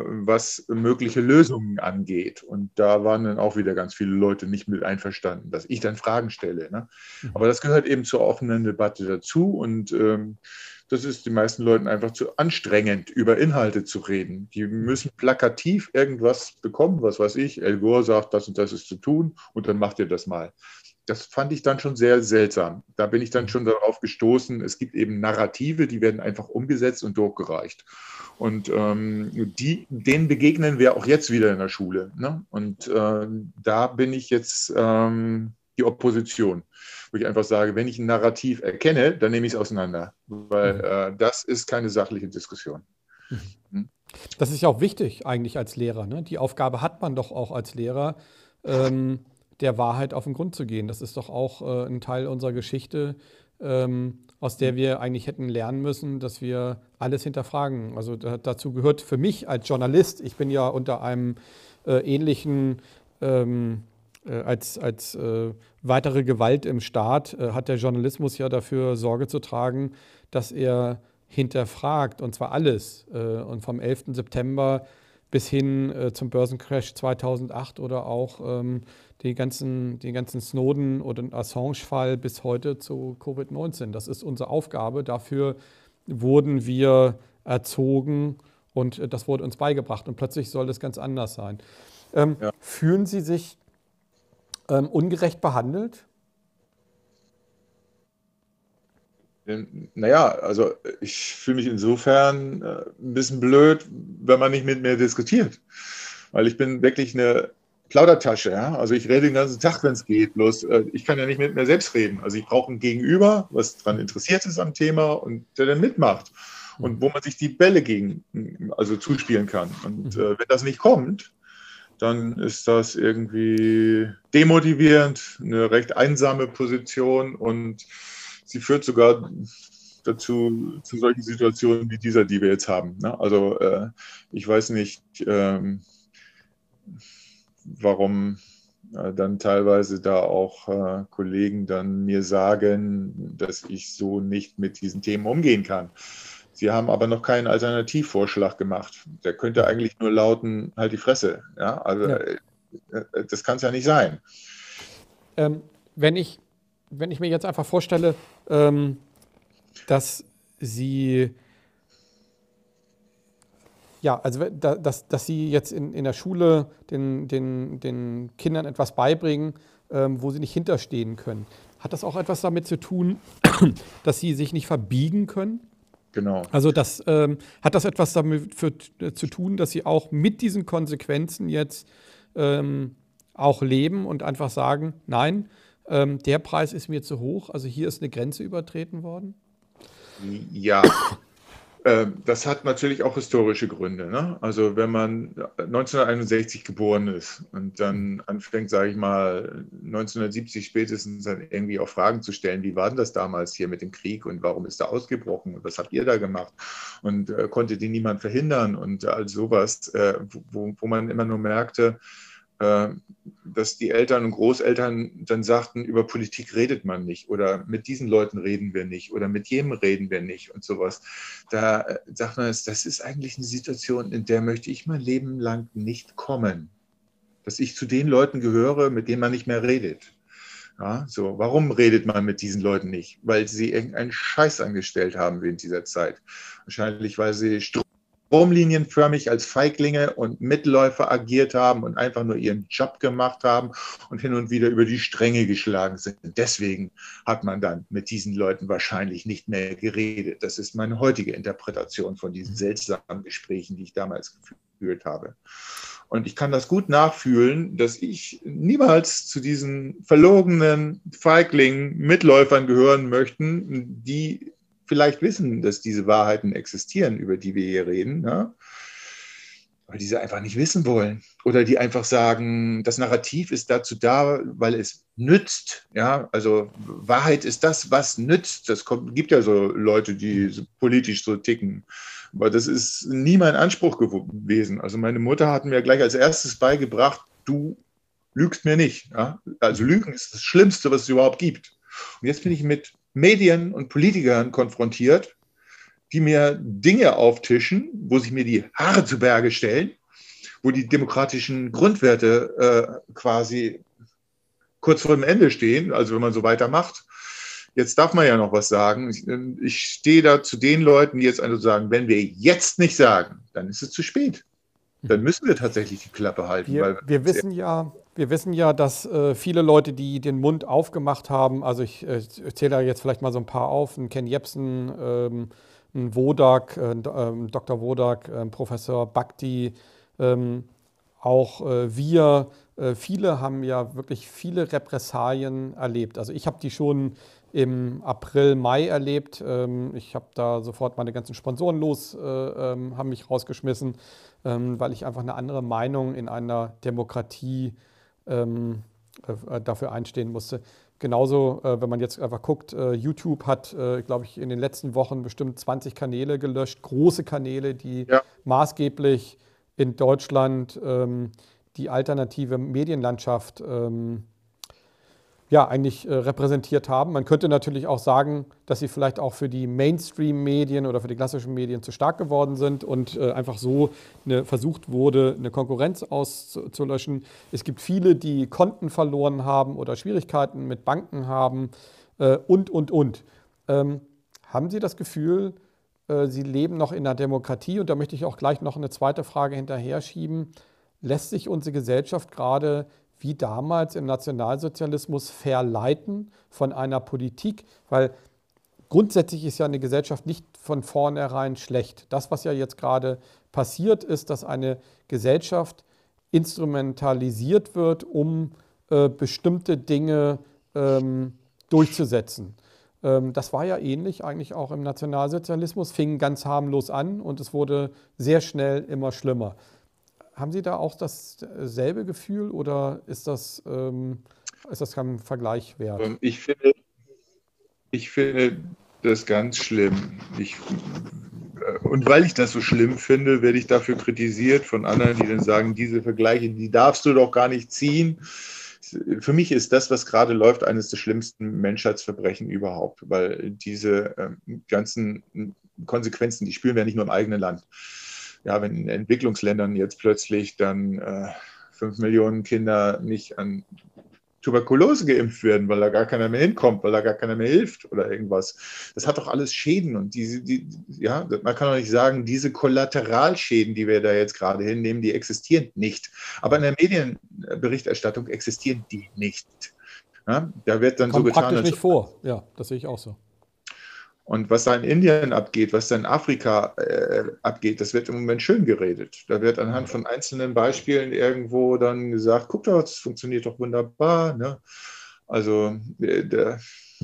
was mögliche Lösungen angeht. Und da waren dann auch wieder ganz viele Leute nicht mit einverstanden, dass ich dann Fragen stelle. Ne? Aber das gehört eben zur offenen Debatte dazu, und ähm, das ist den meisten Leuten einfach zu anstrengend, über Inhalte zu reden. Die müssen plakativ irgendwas bekommen, was weiß ich, Al Gore sagt, das und das ist zu tun, und dann macht ihr das mal. Das fand ich dann schon sehr seltsam. Da bin ich dann schon darauf gestoßen, es gibt eben Narrative, die werden einfach umgesetzt und durchgereicht. Und ähm, die, denen begegnen wir auch jetzt wieder in der Schule. Ne? Und äh, da bin ich jetzt ähm, die Opposition, wo ich einfach sage, wenn ich ein Narrativ erkenne, dann nehme ich es auseinander, weil äh, das ist keine sachliche Diskussion. Hm? Das ist ja auch wichtig eigentlich als Lehrer. Ne? Die Aufgabe hat man doch auch als Lehrer, ähm, der Wahrheit auf den Grund zu gehen. Das ist doch auch äh, ein Teil unserer Geschichte, ähm, aus der wir eigentlich hätten lernen müssen, dass wir alles hinterfragen. Also da, dazu gehört für mich als Journalist, ich bin ja unter einem äh, ähnlichen, ähm, äh, als, als äh, weitere Gewalt im Staat, äh, hat der Journalismus ja dafür Sorge zu tragen, dass er hinterfragt, und zwar alles. Äh, und vom elften September bis hin äh, zum Börsencrash zweitausendacht oder auch ähm, die ganzen, den ganzen Snowden- oder Assange-Fall bis heute zu Covid neunzehn. Das ist unsere Aufgabe. Dafür wurden wir erzogen und äh, das wurde uns beigebracht. Und plötzlich soll das ganz anders sein. Ähm, ja. Fühlen Sie sich ähm, ungerecht behandelt? Naja, also ich fühle mich insofern äh, ein bisschen blöd, wenn man nicht mit mir diskutiert. Weil ich bin wirklich eine Plaudertasche. Ja? Also ich rede den ganzen Tag, wenn es geht. Bloß äh, ich kann ja nicht mit mir selbst reden. Also ich brauche ein Gegenüber, was daran interessiert ist am Thema und der dann mitmacht. Und wo man sich die Bälle gegen, also zuspielen kann. Und äh, wenn das nicht kommt, dann ist das irgendwie demotivierend, eine recht einsame Position, und sie führt sogar dazu, zu solchen Situationen wie dieser, die wir jetzt haben. Ne? Also äh, ich weiß nicht, ähm, warum äh, dann teilweise da auch äh, Kollegen dann mir sagen, dass ich so nicht mit diesen Themen umgehen kann. Sie haben aber noch keinen Alternativvorschlag gemacht. Der könnte eigentlich nur lauten, halt die Fresse. Ja? Also ja. Äh, das kann es ja nicht sein. Ähm, wenn ich Wenn ich mir jetzt einfach vorstelle, ähm, dass Sie, ja, also dass, dass Sie jetzt in, in der Schule den, den, den Kindern etwas beibringen, ähm, wo sie nicht hinterstehen können, hat das auch etwas damit zu tun, dass sie sich nicht verbiegen können? Genau. Also das, ähm, hat das etwas damit für, äh, zu tun, dass Sie auch mit diesen Konsequenzen jetzt ähm, auch leben und einfach sagen, nein, der Preis ist mir zu hoch, also hier ist eine Grenze übertreten worden? Ja, das hat natürlich auch historische Gründe. Ne? Also wenn man neunzehnhunderteinundsechzig geboren ist und dann anfängt, sage ich mal, neunzehnhundertsiebzig spätestens dann irgendwie auch Fragen zu stellen, wie war denn das damals hier mit dem Krieg und warum ist er ausgebrochen und was habt ihr da gemacht und äh, konnte die niemand verhindern und all sowas, äh, wo, wo man immer nur merkte, dass die Eltern und Großeltern dann sagten, über Politik redet man nicht oder mit diesen Leuten reden wir nicht oder mit jedem reden wir nicht und sowas. Da sagt man, das ist eigentlich eine Situation, in der möchte ich mein Leben lang nicht kommen. Dass ich zu den Leuten gehöre, mit denen man nicht mehr redet. Ja, so, warum redet man mit diesen Leuten nicht? Weil sie irgendeinen Scheiß angestellt haben während dieser Zeit. Wahrscheinlich, weil sie stromlinienförmig als Feiglinge und Mitläufer agiert haben und einfach nur ihren Job gemacht haben und hin und wieder über die Stränge geschlagen sind. Deswegen hat man dann mit diesen Leuten wahrscheinlich nicht mehr geredet. Das ist meine heutige Interpretation von diesen seltsamen Gesprächen, die ich damals geführt habe. Und ich kann das gut nachfühlen, dass ich niemals zu diesen verlogenen Feiglingen, Mitläufern gehören möchten, die vielleicht wissen, dass diese Wahrheiten existieren, über die wir hier reden, ne? Aber die sie einfach nicht wissen wollen. Oder die einfach sagen, das Narrativ ist dazu da, weil es nützt. Ja? Also Wahrheit ist das, was nützt. Das kommt, gibt ja so Leute, die so politisch so ticken. Aber das ist nie mein Anspruch gewesen. Also meine Mutter hat mir gleich als erstes beigebracht, du lügst mir nicht. Ja? Also Lügen ist das Schlimmste, was es überhaupt gibt. Und jetzt bin ich mit Medien und Politikern konfrontiert, die mir Dinge auftischen, wo sich mir die Haare zu Berge stellen, wo die demokratischen Grundwerte äh, quasi kurz vor dem Ende stehen, also wenn man so weitermacht. Jetzt darf man ja noch was sagen. Ich, ich stehe da zu den Leuten, die jetzt also sagen, wenn wir jetzt nicht sagen, dann ist es zu spät. Dann müssen wir tatsächlich die Klappe halten. Wir, weil wir, wissen, ja, wir wissen ja, dass äh, viele Leute, die den Mund aufgemacht haben, also ich äh, zähle da jetzt vielleicht mal so ein paar auf, ein Ken Jebsen, ähm, ein Wodak, äh, Doktor Wodak, äh, Professor Bhakdi, ähm, auch äh, wir, äh, viele haben ja wirklich viele Repressalien erlebt. Also ich habe die schon im April, Mai erlebt. Ähm, ich habe da sofort meine ganzen Sponsoren los, äh, ähm, haben mich rausgeschmissen, ähm, weil ich einfach eine andere Meinung in einer Demokratie ähm, äh, dafür einstehen musste. Genauso, äh, wenn man jetzt einfach guckt, äh, YouTube hat, äh, glaube ich, in den letzten Wochen bestimmt zwanzig Kanäle gelöscht, große Kanäle, die ja. maßgeblich in Deutschland ähm, die alternative Medienlandschaft ähm, ja, eigentlich äh, repräsentiert haben. Man könnte natürlich auch sagen, dass sie vielleicht auch für die Mainstream-Medien oder für die klassischen Medien zu stark geworden sind und äh, einfach so eine, versucht wurde, eine Konkurrenz auszulöschen. Es gibt viele, die Konten verloren haben oder Schwierigkeiten mit Banken haben äh, und, und, und. Ähm, haben Sie das Gefühl, äh, Sie leben noch in einer Demokratie? Und da möchte ich auch gleich noch eine zweite Frage hinterher schieben. Lässt sich unsere Gesellschaft gerade wie damals im Nationalsozialismus verleiten von einer Politik, weil grundsätzlich ist ja eine Gesellschaft nicht von vornherein schlecht. Das, was ja jetzt gerade passiert, ist, dass eine Gesellschaft instrumentalisiert wird, um äh, bestimmte Dinge ähm, durchzusetzen. Ähm, das war ja ähnlich eigentlich auch im Nationalsozialismus, fing ganz harmlos an und es wurde sehr schnell immer schlimmer. Haben Sie da auch dasselbe Gefühl oder ist das, ähm, ist das kein Vergleich wert? Ich finde, ich finde das ganz schlimm. Ich, und weil ich das so schlimm finde, werde ich dafür kritisiert von anderen, die dann sagen, diese Vergleiche, die darfst du doch gar nicht ziehen. Für mich ist das, was gerade läuft, eines der schlimmsten Menschheitsverbrechen überhaupt, weil diese ähm, ganzen Konsequenzen, die spüren wir nicht nur im eigenen Land. Ja, wenn in Entwicklungsländern jetzt plötzlich dann äh, fünf Millionen Kinder nicht an Tuberkulose geimpft werden, weil da gar keiner mehr hinkommt, weil da gar keiner mehr hilft oder irgendwas. Das hat doch alles Schäden und diese, die, ja, man kann doch nicht sagen, diese Kollateralschäden, die wir da jetzt gerade hinnehmen, die existieren nicht. Aber in der Medienberichterstattung existieren die nicht. Ja, da wird dann Kommt so getan, praktisch als nicht vor. Ja, das sehe ich auch so. Und was da in Indien abgeht, was da in Afrika äh, abgeht, das wird im Moment schön geredet. Da wird anhand von einzelnen Beispielen irgendwo dann gesagt, guck doch, das funktioniert doch wunderbar. Ne? Also äh, da,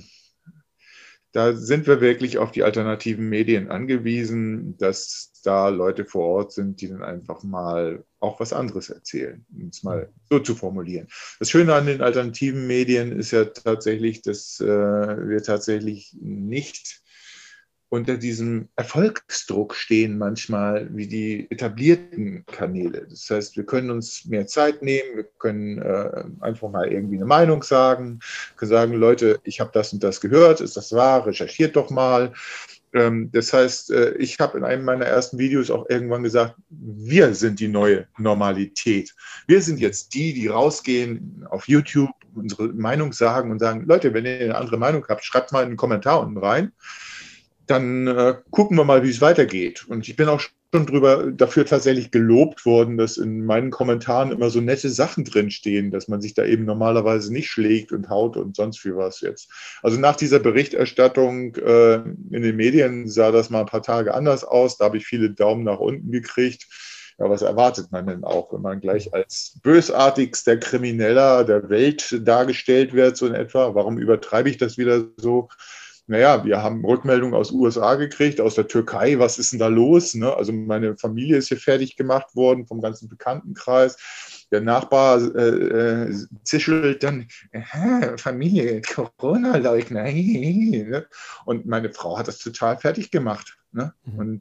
da sind wir wirklich auf die alternativen Medien angewiesen, dass da Leute vor Ort sind, die dann einfach mal auch was anderes erzählen, um es mal so zu formulieren. Das Schöne an den alternativen Medien ist ja tatsächlich, dass äh, wir tatsächlich nicht unter diesem Erfolgsdruck stehen manchmal wie die etablierten Kanäle. Das heißt, wir können uns mehr Zeit nehmen, wir können äh, einfach mal irgendwie eine Meinung sagen, können sagen, Leute, ich habe das und das gehört, ist das wahr, recherchiert doch mal. Ähm, das heißt, äh, ich habe in einem meiner ersten Videos auch irgendwann gesagt, wir sind die neue Normalität. Wir sind jetzt die, die rausgehen auf YouTube, unsere Meinung sagen und sagen, Leute, wenn ihr eine andere Meinung habt, schreibt mal in den Kommentar unten rein. Dann äh, gucken wir mal, wie es weitergeht. Und ich bin auch schon drüber, dafür tatsächlich gelobt worden, dass in meinen Kommentaren immer so nette Sachen drinstehen, dass man sich da eben normalerweise nicht schlägt und haut und sonst wie was jetzt. Also nach dieser Berichterstattung äh, in den Medien sah das mal ein paar Tage anders aus. Da habe ich viele Daumen nach unten gekriegt. Ja, was erwartet man denn auch, wenn man gleich als bösartigster Krimineller der Welt dargestellt wird, so in etwa? Warum übertreibe ich das wieder so? Naja, wir haben Rückmeldungen aus U S A gekriegt, aus der Türkei, was ist denn da los? Ne? Also meine Familie ist hier fertig gemacht worden vom ganzen Bekanntenkreis. Der Nachbar äh, äh, zischelt dann, Familie, Corona-Leugner. Ne? Und meine Frau hat das total fertig gemacht. Ne? Mhm. Und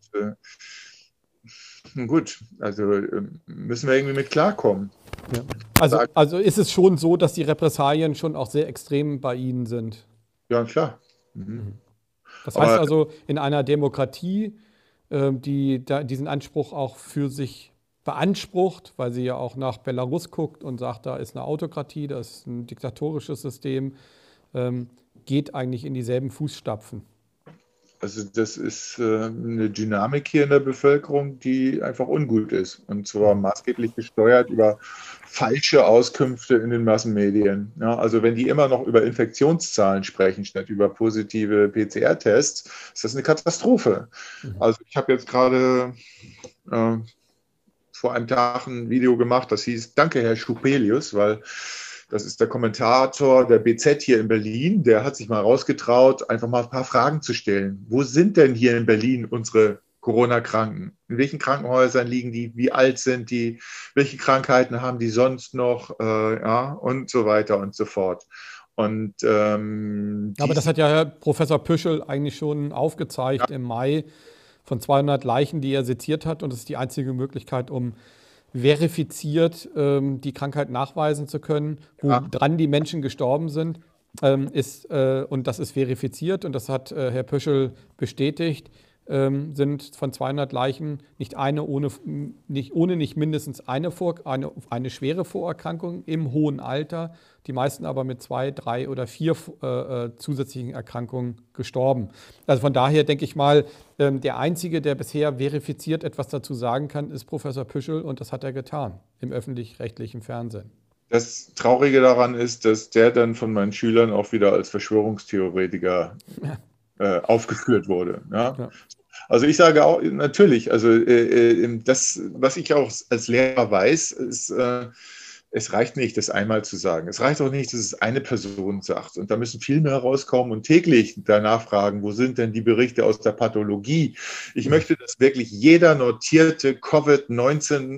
äh, gut, also äh, müssen wir irgendwie mit klarkommen. Ja. Also, also ist es schon so, dass die Repressalien schon auch sehr extrem bei Ihnen sind? Ja, klar. Mhm. Das heißt also, in einer Demokratie, äh, die da diesen Anspruch auch für sich beansprucht, weil sie ja auch nach Belarus guckt und sagt, da ist eine Autokratie, das ist ein diktatorisches System, ähm, geht eigentlich in dieselben Fußstapfen. Also das ist äh, eine Dynamik hier in der Bevölkerung, die einfach ungut ist. Und zwar maßgeblich gesteuert über falsche Auskünfte in den Massenmedien. Ja, also wenn die immer noch über Infektionszahlen sprechen, statt über positive P C R-Tests, ist das eine Katastrophe. Mhm. Also ich habe jetzt gerade äh, vor einem Tag ein Video gemacht, das hieß Danke, Herr Schupelius, weil das ist der Kommentator der B Z hier in Berlin. Der hat sich mal rausgetraut, einfach mal ein paar Fragen zu stellen. Wo sind denn hier in Berlin unsere Corona-Kranken? In welchen Krankenhäusern liegen die? Wie alt sind die? Welche Krankheiten haben die sonst noch? Äh, ja, und so weiter und so fort. Und, ähm, Aber das hat ja Herr Professor Püschel eigentlich schon aufgezeigt, ja, im Mai von zweihundert Leichen, die er seziert hat. Und das ist die einzige Möglichkeit, um verifiziert ähm, die Krankheit nachweisen zu können, woran ja. die Menschen gestorben sind, ähm, ist, äh, und das ist verifiziert und das hat äh, Herr Püschel bestätigt, ähm, sind von zweihundert Leichen nicht eine ohne nicht, ohne nicht mindestens eine, Vor, eine, eine schwere Vorerkrankung im hohen Alter, die meisten aber mit zwei, drei oder vier äh, zusätzlichen Erkrankungen gestorben. Also von daher denke ich mal, ähm, der Einzige, der bisher verifiziert etwas dazu sagen kann, ist Professor Püschel und das hat er getan im öffentlich-rechtlichen Fernsehen. Das Traurige daran ist, dass der dann von meinen Schülern auch wieder als Verschwörungstheoretiker ja. äh, aufgeführt wurde. Ja? Ja. Also ich sage auch, natürlich, also äh, das, was ich auch als Lehrer weiß, ist, äh, es reicht nicht, das einmal zu sagen. Es reicht auch nicht, dass es eine Person sagt. Und da müssen viel mehr rauskommen und täglich danach fragen, wo sind denn die Berichte aus der Pathologie? Ich möchte, dass wirklich jeder notierte Covid neunzehn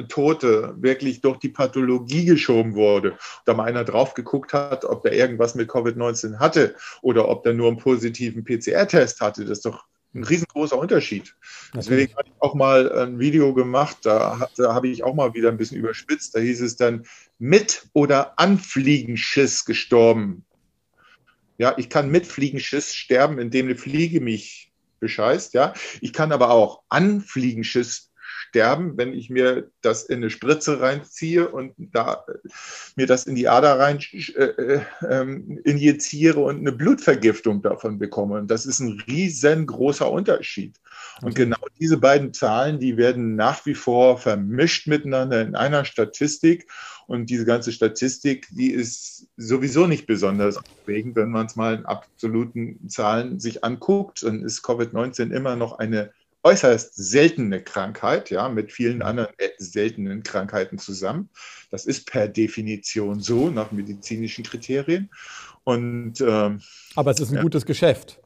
Tote wirklich durch die Pathologie geschoben wurde. Da mal einer drauf geguckt hat, ob der irgendwas mit Covid neunzehn hatte oder ob der nur einen positiven P C R-Test hatte. Das ist doch ein riesengroßer Unterschied. Deswegen habe ich auch mal ein Video gemacht, da, da habe ich auch mal wieder ein bisschen überspitzt. Da hieß es dann, mit oder an Fliegenschiss gestorben. Ja, ich kann mit Fliegenschiss sterben, indem eine Fliege mich bescheißt. Ja, ich kann aber auch an Fliegenschiss sterben, wenn ich mir das in eine Spritze reinziehe und da mir das in die Ader rein äh, äh, injiziere und eine Blutvergiftung davon bekomme. Und das ist ein riesengroßer Unterschied. Und genau diese beiden Zahlen, die werden nach wie vor vermischt miteinander in einer Statistik. Und diese ganze Statistik, die ist sowieso nicht besonders aufregend, wenn man es mal in absoluten Zahlen sich anguckt. Dann ist Covid neunzehn immer noch eine äußerst seltene Krankheit, ja, mit vielen anderen seltenen Krankheiten zusammen. Das ist per Definition so, nach medizinischen Kriterien. Und, ähm, aber es ist ein ja. gutes Geschäft.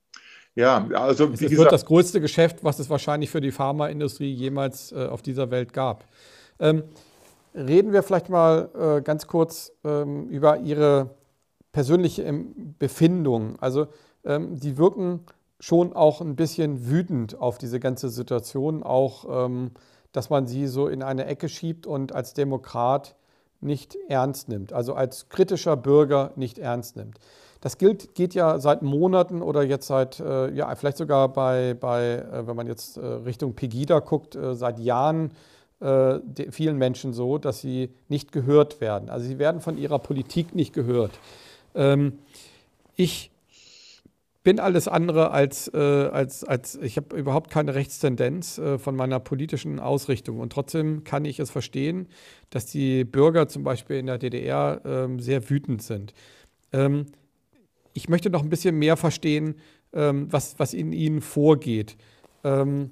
Ja, also es wie es gesagt, wird das größte Geschäft, was es wahrscheinlich für die Pharmaindustrie jemals äh, auf dieser Welt gab. Ähm, reden wir vielleicht mal äh, ganz kurz ähm, über Ihre persönliche Befindung. Also ähm, die wirken schon auch ein bisschen wütend auf diese ganze Situation, auch ähm, dass man sie so in eine Ecke schiebt und als Demokrat nicht ernst nimmt, also als kritischer Bürger nicht ernst nimmt. Das gilt, geht ja seit Monaten oder jetzt seit, äh, ja, vielleicht sogar bei, bei äh, wenn man jetzt äh, Richtung Pegida guckt, äh, seit Jahren äh, de, vielen Menschen so, dass sie nicht gehört werden. Also sie werden von ihrer Politik nicht gehört. Ähm, ich bin alles andere als, äh, als, als ich habe überhaupt keine Rechtstendenz äh, von meiner politischen Ausrichtung. Und trotzdem kann ich es verstehen, dass die Bürger zum Beispiel in der D D R ähm, sehr wütend sind. Ähm, ich möchte noch ein bisschen mehr verstehen, ähm, was, was in ihnen vorgeht. Ähm,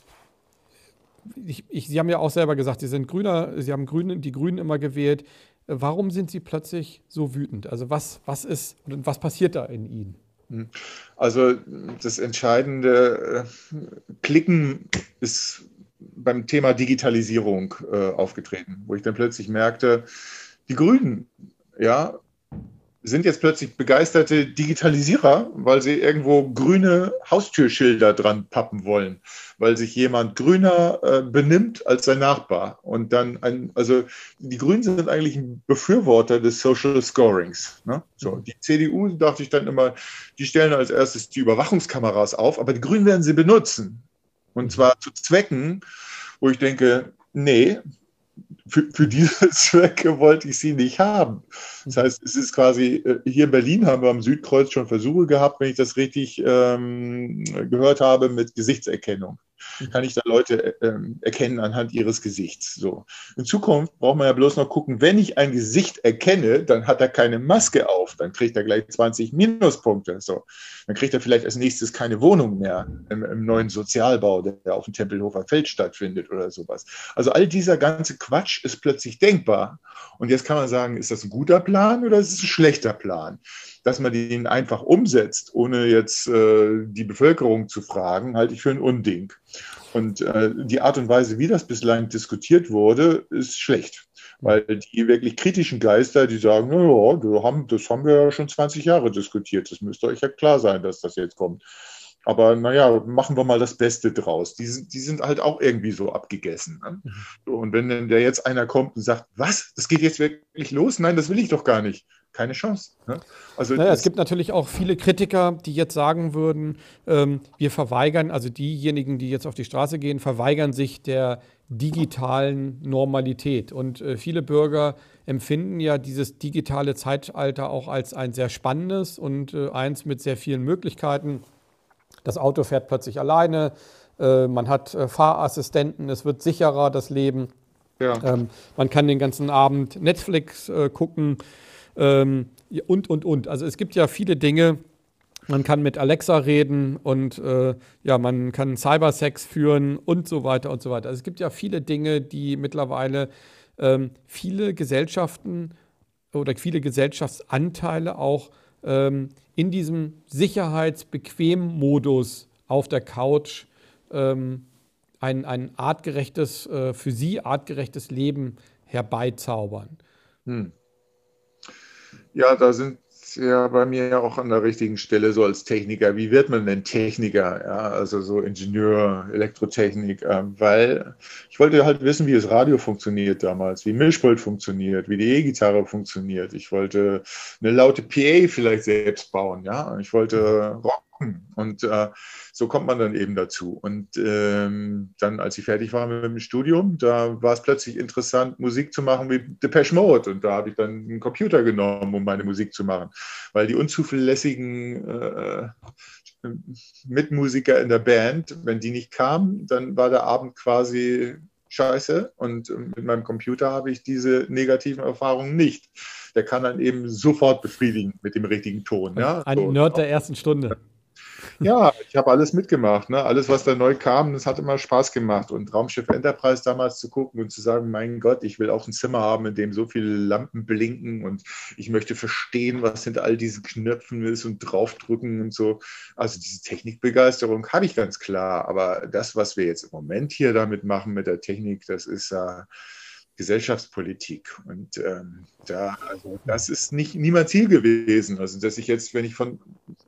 ich, ich, Sie haben ja auch selber gesagt, Sie sind Grüner, Sie haben Grüne, die Grünen immer gewählt. Äh, warum sind Sie plötzlich so wütend? Also was, was ist und was passiert da in Ihnen? Also das entscheidende Klicken ist beim Thema Digitalisierung äh, aufgetreten, wo ich dann plötzlich merkte, die Grünen, ja, sind jetzt plötzlich begeisterte Digitalisierer, weil sie irgendwo grüne Haustürschilder dran pappen wollen, weil sich jemand grüner äh, benimmt als sein Nachbar. Und dann ein, also die Grünen sind eigentlich ein Befürworter des Social Scorings. Ne? So, die C D U, dachte ich dann immer, die stellen als erstes die Überwachungskameras auf, aber die Grünen werden sie benutzen. Und zwar zu Zwecken, wo ich denke, nee, Für, für diese Zwecke wollte ich sie nicht haben. Das heißt, es ist quasi, hier in Berlin haben wir am Südkreuz schon Versuche gehabt, wenn ich das richtig ähm, gehört habe, mit Gesichtserkennung. Kann ich da Leute ähm, erkennen anhand ihres Gesichts. So. In Zukunft braucht man ja bloß noch gucken, wenn ich ein Gesicht erkenne, dann hat er keine Maske auf, dann kriegt er gleich zwanzig Minuspunkte. So. Dann kriegt er vielleicht als nächstes keine Wohnung mehr im, im neuen Sozialbau, der auf dem Tempelhofer Feld stattfindet oder sowas. Also all dieser ganze Quatsch ist plötzlich denkbar. Und jetzt kann man sagen, ist das ein guter Plan oder ist es ein schlechter Plan? Dass man den einfach umsetzt, ohne jetzt äh, die Bevölkerung zu fragen, halte ich für ein Unding. Und äh, die Art und Weise, wie das bislang diskutiert wurde, ist schlecht. Weil die wirklich kritischen Geister, die sagen, na ja, das haben, das haben wir ja schon zwanzig Jahre diskutiert. Das müsste euch ja klar sein, dass das jetzt kommt. Aber naja, machen wir mal das Beste draus. Die sind, die sind halt auch irgendwie so abgegessen. Ne? Mhm. Und wenn dann der jetzt einer kommt und sagt, was, das geht jetzt wirklich los? Nein, das will ich doch gar nicht. Keine Chance. Ne? Also naja, es gibt natürlich auch viele Kritiker, die jetzt sagen würden, ähm, wir verweigern, also diejenigen, die jetzt auf die Straße gehen, verweigern sich der digitalen Normalität. Und äh, viele Bürger empfinden ja dieses digitale Zeitalter auch als ein sehr spannendes und äh, eins mit sehr vielen Möglichkeiten. Das Auto fährt plötzlich alleine, äh, man hat äh, Fahrassistenten, es wird sicherer, das Leben. Ja. Ähm, man kann den ganzen Abend Netflix äh, gucken. Ähm, und, und, und. Also es gibt ja viele Dinge, man kann mit Alexa reden und äh, ja, man kann Cybersex führen und so weiter und so weiter. Also es gibt ja viele Dinge, die mittlerweile ähm, viele Gesellschaften oder viele Gesellschaftsanteile auch ähm, in diesem Sicherheitsbequem-Modus auf der Couch ähm, ein, ein artgerechtes, äh, für sie artgerechtes Leben herbeizaubern. Hm. Ja, da sind Sie ja bei mir ja auch an der richtigen Stelle so als Techniker. Wie wird man denn Techniker? Ja, also so Ingenieur, Elektrotechnik, äh, weil ich wollte halt wissen, wie das Radio funktioniert damals, wie Mischpult funktioniert, wie die E-Gitarre funktioniert. Ich wollte eine laute P A vielleicht selbst bauen, ja. Ich wollte rocken. Und äh, so kommt man dann eben dazu. Und ähm, dann, als ich fertig war mit dem Studium, da war es plötzlich interessant, Musik zu machen wie Depeche Mode. Und da habe ich dann einen Computer genommen, um meine Musik zu machen. Weil die unzuverlässigen äh, Mitmusiker in der Band, wenn die nicht kamen, dann war der Abend quasi scheiße. Und mit meinem Computer habe ich diese negativen Erfahrungen nicht. Der kann dann eben sofort befriedigen mit dem richtigen Ton. Ja? Ein so. Nerd der ersten Stunde. Ja, ich habe alles mitgemacht. Ne? Alles, was da neu kam, das hat immer Spaß gemacht. Und Raumschiff Enterprise damals zu gucken und zu sagen, mein Gott, ich will auch ein Zimmer haben, in dem so viele Lampen blinken und ich möchte verstehen, was hinter all diesen Knöpfen ist und draufdrücken und so. Also diese Technikbegeisterung habe ich ganz klar. Aber das, was wir jetzt im Moment hier damit machen mit der Technik, das ist ja... Gesellschaftspolitik. Und ähm, da, also das ist nicht nie mein Ziel gewesen. Also dass ich jetzt, wenn ich von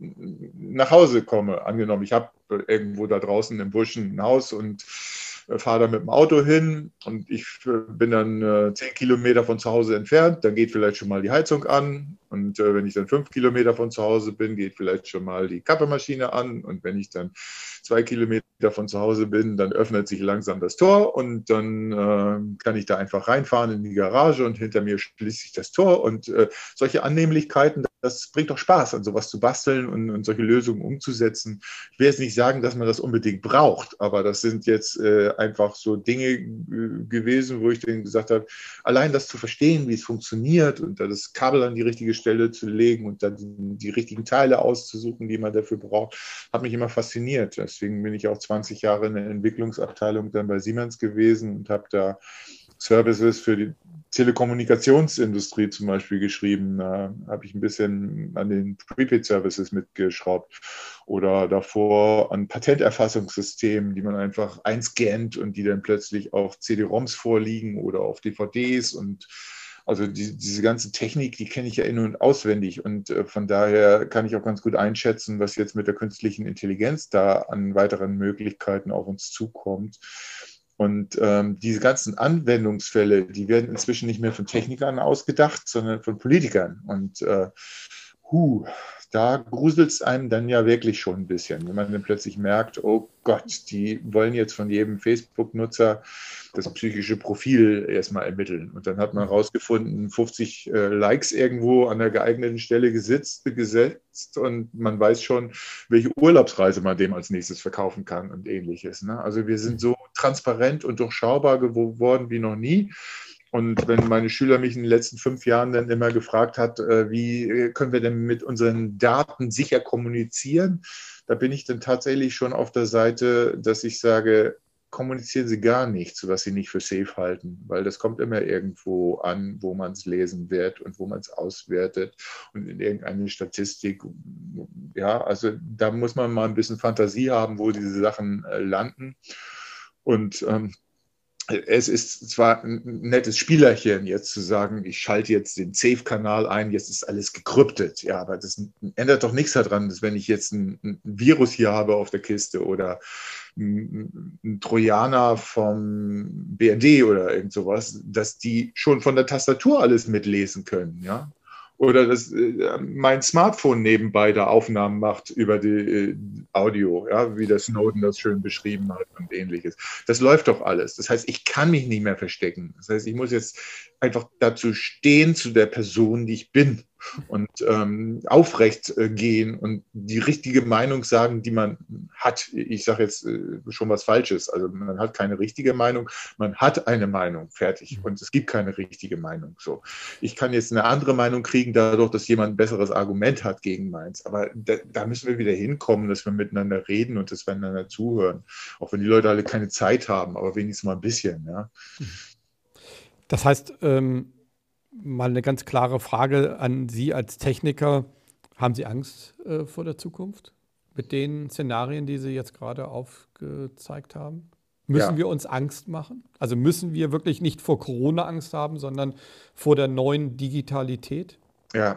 nach Hause komme, angenommen, ich habe irgendwo da draußen im Busch ein Haus und fahre da mit dem Auto hin und ich bin dann äh, zehn Kilometer von zu Hause entfernt, dann geht vielleicht schon mal die Heizung an und äh, wenn ich dann fünf Kilometer von zu Hause bin, geht vielleicht schon mal die Kaffeemaschine an und wenn ich dann zwei Kilometer von zu Hause bin, dann öffnet sich langsam das Tor und dann äh, kann ich da einfach reinfahren in die Garage und hinter mir schließt sich das Tor und äh, solche Annehmlichkeiten, das bringt doch Spaß, an sowas zu basteln und, und solche Lösungen umzusetzen. Ich will jetzt nicht sagen, dass man das unbedingt braucht, aber das sind jetzt äh, einfach so Dinge äh, gewesen, wo ich dann gesagt habe, allein das zu verstehen, wie es funktioniert und da das Kabel an die richtige Stelle zu legen und dann die, die richtigen Teile auszusuchen, die man dafür braucht, hat mich immer fasziniert. Deswegen bin ich auch zwanzig Jahre in der Entwicklungsabteilung dann bei Siemens gewesen und habe da Services für die Telekommunikationsindustrie zum Beispiel geschrieben. Da habe ich ein bisschen an den Prepaid-Services mitgeschraubt oder davor an Patenterfassungssystemen, die man einfach einscannt und die dann plötzlich auf C D-ROMs vorliegen oder auf D V Ds und also die, diese ganze Technik, die kenne ich ja in- und auswendig und äh, von daher kann ich auch ganz gut einschätzen, was jetzt mit der künstlichen Intelligenz da an weiteren Möglichkeiten auf uns zukommt. Und ähm, diese ganzen Anwendungsfälle, die werden inzwischen nicht mehr von Technikern ausgedacht, sondern von Politikern. Und äh, huh, da gruselt es einem dann ja wirklich schon ein bisschen, wenn man dann plötzlich merkt, oh Gott, die wollen jetzt von jedem Facebook-Nutzer das psychische Profil erstmal ermitteln. Und dann hat man herausgefunden, fünfzig äh, Likes irgendwo an der geeigneten Stelle gesetzt, gesetzt und man weiß schon, welche Urlaubsreise man dem als nächstes verkaufen kann und ähnliches. Ne? Also wir sind so transparent und durchschaubar geworden wie noch nie. Und wenn meine Schüler mich in den letzten fünf Jahren dann immer gefragt hat, wie können wir denn mit unseren Daten sicher kommunizieren, da bin ich dann tatsächlich schon auf der Seite, dass ich sage, kommunizieren Sie gar nichts, was Sie nicht für safe halten, weil das kommt immer irgendwo an, wo man es lesen wird und wo man es auswertet und in irgendeine Statistik. Ja, also da muss man mal ein bisschen Fantasie haben, wo diese Sachen äh, landen. Und ähm, es ist zwar ein nettes Spielerchen, jetzt zu sagen, ich schalte jetzt den Safe-Kanal ein, jetzt ist alles gekryptet. Ja, aber das ändert doch nichts daran, dass wenn ich jetzt ein, ein Virus hier habe auf der Kiste oder ein, ein Trojaner vom B N D oder irgend sowas, dass die schon von der Tastatur alles mitlesen können, ja. Oder dass äh, mein Smartphone nebenbei da Aufnahmen macht über die äh, Audio, ja, wie der Snowden das schön beschrieben hat und ähnliches. Das läuft doch alles. Das heißt, ich kann mich nicht mehr verstecken. Das heißt, ich muss jetzt einfach dazu stehen, zu der Person, die ich bin und ähm, aufrecht äh, gehen und die richtige Meinung sagen, die man hat. Ich sage jetzt äh, schon was Falsches. Also man hat keine richtige Meinung, man hat eine Meinung, fertig. Und es gibt keine richtige Meinung. So, ich kann jetzt eine andere Meinung kriegen, dadurch, dass jemand ein besseres Argument hat gegen meins. Aber da, da müssen wir wieder hinkommen, dass wir miteinander reden und dass wir einander zuhören. Auch wenn die Leute alle keine Zeit haben, aber wenigstens mal ein bisschen. Ja. Das heißt, ähm, mal eine ganz klare Frage an Sie als Techniker. Haben Sie Angst äh, vor der Zukunft mit den Szenarien, die Sie jetzt gerade aufgezeigt haben? Müssen ja. wir uns Angst machen? Also müssen wir wirklich nicht vor Corona Angst haben, sondern vor der neuen Digitalität? Ja.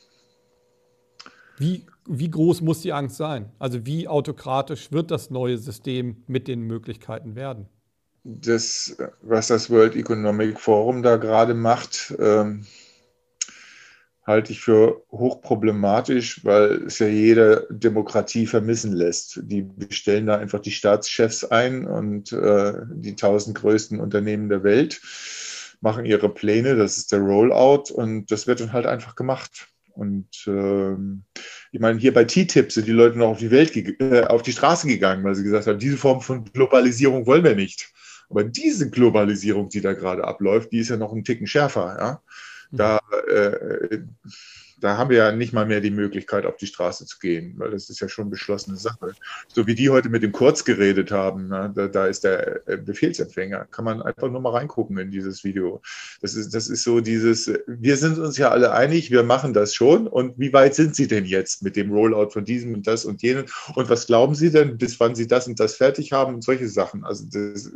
Wie, wie groß muss die Angst sein? Also wie autokratisch wird das neue System mit den Möglichkeiten werden? Das, was das World Economic Forum da gerade macht, ähm, halte ich für hochproblematisch, weil es ja jede Demokratie vermissen lässt. Die bestellen da einfach die Staatschefs ein und äh, die tausend größten Unternehmen der Welt machen ihre Pläne, das ist der Rollout und das wird dann halt einfach gemacht. Und ähm, ich meine, hier bei T T I P sind die Leute noch auf die Welt, äh, auf die Straße gegangen, weil sie gesagt haben, diese Form von Globalisierung wollen wir nicht. Aber diese Globalisierung, die da gerade abläuft, die ist ja noch einen Ticken schärfer. Ja? Da, äh, da haben wir ja nicht mal mehr die Möglichkeit, auf die Straße zu gehen, weil das ist ja schon beschlossene Sache. So wie die heute mit dem Kurz geredet haben, ne? da, da ist der Befehlsempfänger, kann man einfach nur mal reingucken in dieses Video. Das ist, das ist so dieses, wir sind uns ja alle einig, wir machen das schon und wie weit sind Sie denn jetzt mit dem Rollout von diesem und das und jenem und was glauben Sie denn, bis wann Sie das und das fertig haben und solche Sachen. Also das,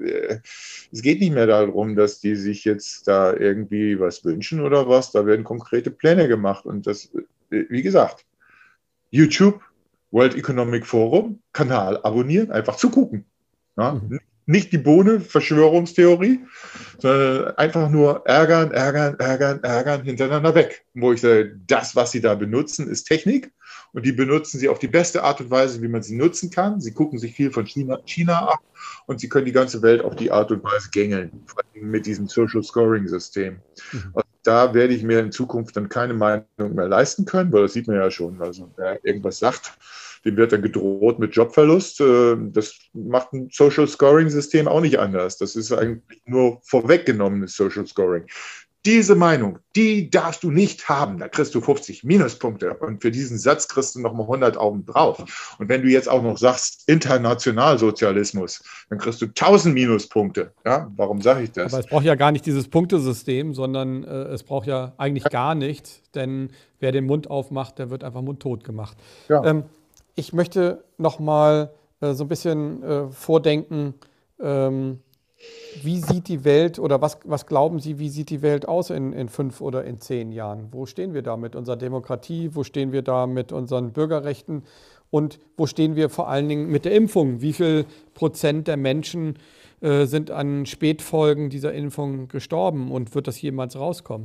es geht nicht mehr darum, dass die sich jetzt da irgendwie was wünschen oder was, da werden konkrete Pläne gemacht und das, wie gesagt, YouTube, World Economic Forum, Kanal abonnieren, einfach zugucken. Ja? Mhm. Nicht die Bohne, Verschwörungstheorie, sondern einfach nur ärgern, ärgern, ärgern, ärgern, hintereinander weg. Wo ich sage, das, was sie da benutzen, ist Technik und die benutzen sie auf die beste Art und Weise, wie man sie nutzen kann. Sie gucken sich viel von China, China ab und sie können die ganze Welt auf die Art und Weise gängeln, vor allem mit diesem Social Scoring System. Mhm. Also da werde ich mir in Zukunft dann keine Meinung mehr leisten können, weil das sieht man ja schon. Also wer irgendwas sagt, dem wird dann gedroht mit Jobverlust. Das macht ein Social Scoring-System auch nicht anders. Das ist eigentlich nur vorweggenommenes Social Scoring. Diese Meinung, die darfst du nicht haben. Da kriegst du fünfzig Minuspunkte. Und für diesen Satz kriegst du nochmal hundert Augen drauf. Und wenn du jetzt auch noch sagst, Internationalsozialismus, dann kriegst du tausend Minuspunkte. Ja, warum sage ich das? Aber es braucht ja gar nicht dieses Punktesystem, sondern äh, es braucht ja eigentlich gar nichts. Denn wer den Mund aufmacht, der wird einfach mundtot gemacht. Ja. Ähm, ich möchte nochmal äh, so ein bisschen äh, vordenken, ähm, wie sieht die Welt oder was, was glauben Sie, wie sieht die Welt aus in, in fünf oder in zehn Jahren? Wo stehen wir da mit unserer Demokratie? Wo stehen wir da mit unseren Bürgerrechten? Und wo stehen wir vor allen Dingen mit der Impfung? Wie viel Prozent der Menschen äh, sind an Spätfolgen dieser Impfung gestorben und wird das jemals rauskommen?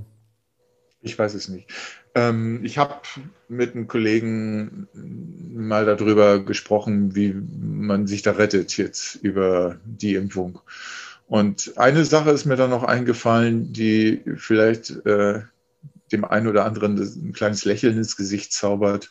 Ich weiß es nicht. Ähm, ich habe mit einem Kollegen mal darüber gesprochen, wie man sich da rettet jetzt über die Impfung. Und eine Sache ist mir dann noch eingefallen, die vielleicht äh, dem einen oder anderen ein kleines Lächeln ins Gesicht zaubert.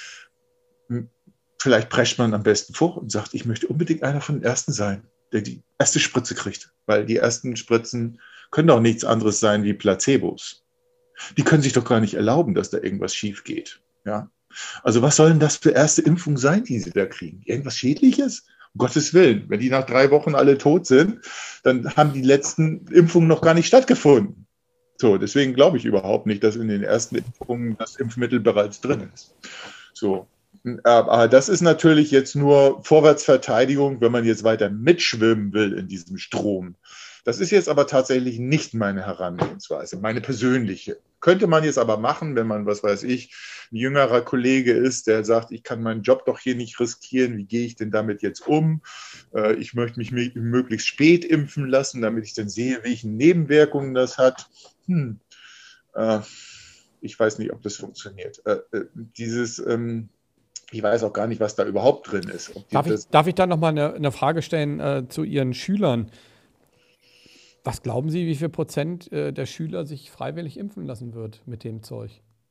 Vielleicht prescht man am besten vor und sagt, ich möchte unbedingt einer von den Ersten sein, der die erste Spritze kriegt. Weil die ersten Spritzen können doch nichts anderes sein wie Placebos. Die können sich doch gar nicht erlauben, dass da irgendwas schief geht. Ja? Also was soll denn das für erste Impfung sein, die sie da kriegen? Irgendwas Schädliches? Um Gottes Willen, wenn die nach drei Wochen alle tot sind, dann haben die letzten Impfungen noch gar nicht stattgefunden. So, deswegen glaube ich überhaupt nicht, dass in den ersten Impfungen das Impfmittel bereits drin ist. So. Aber das ist natürlich jetzt nur Vorwärtsverteidigung, wenn man jetzt weiter mitschwimmen will in diesem Strom. Das ist jetzt aber tatsächlich nicht meine Herangehensweise, meine persönliche. Könnte man jetzt aber machen, wenn man, was weiß ich, ein jüngerer Kollege ist, der sagt, ich kann meinen Job doch hier nicht riskieren, wie gehe ich denn damit jetzt um? Ich möchte mich möglichst spät impfen lassen, damit ich dann sehe, welche Nebenwirkungen das hat. Hm. Ich weiß nicht, ob das funktioniert. Dieses... Ich weiß auch gar nicht, was da überhaupt drin ist. Darf ich, darf ich da nochmal eine, eine Frage stellen äh, zu Ihren Schülern? Was glauben Sie, wie viel Prozent äh, der Schüler sich freiwillig impfen lassen wird mit dem Zeug?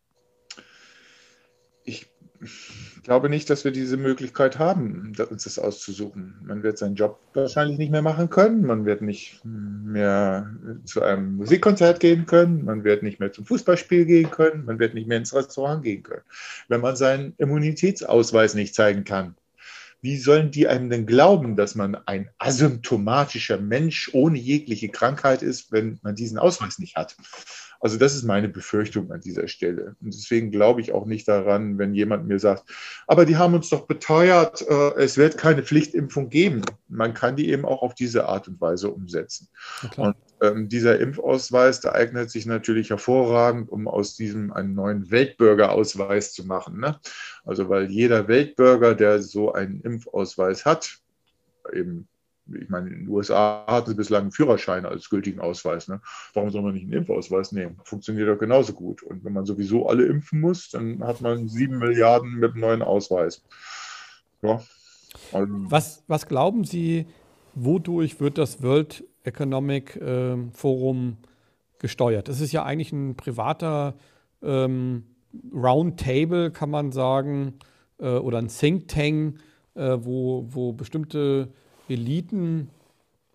Ich glaube nicht, dass wir diese Möglichkeit haben, uns das auszusuchen. Man wird seinen Job wahrscheinlich nicht mehr machen können. Man wird nicht mehr zu einem Musikkonzert gehen können. Man wird nicht mehr zum Fußballspiel gehen können. Man wird nicht mehr ins Restaurant gehen können. Wenn man seinen Immunitätsausweis nicht zeigen kann, wie sollen die einem denn glauben, dass man ein asymptomatischer Mensch ohne jegliche Krankheit ist, wenn man diesen Ausweis nicht hat? Also das ist meine Befürchtung an dieser Stelle. Und deswegen glaube ich auch nicht daran, wenn jemand mir sagt, aber die haben uns doch beteuert, äh, es wird keine Pflichtimpfung geben. Man kann die eben auch auf diese Art und Weise umsetzen. Und ähm, dieser Impfausweis, der eignet sich natürlich hervorragend, um aus diesem einen neuen Weltbürgerausweis zu machen. Ne? Also weil jeder Weltbürger, der so einen Impfausweis hat, eben ich meine, in den U S A hatten sie bislang einen Führerschein als gültigen Ausweis. Ne? Warum soll man nicht einen Impfausweis nehmen? Funktioniert doch genauso gut. Und wenn man sowieso alle impfen muss, dann hat man sieben Milliarden mit einem neuen Ausweis. Ja. Also was, was glauben Sie, wodurch wird das World Economic äh, Forum gesteuert? Das ist ja eigentlich ein privater ähm, Roundtable, kann man sagen, äh, oder ein Think Tank, äh, wo, wo bestimmte Eliten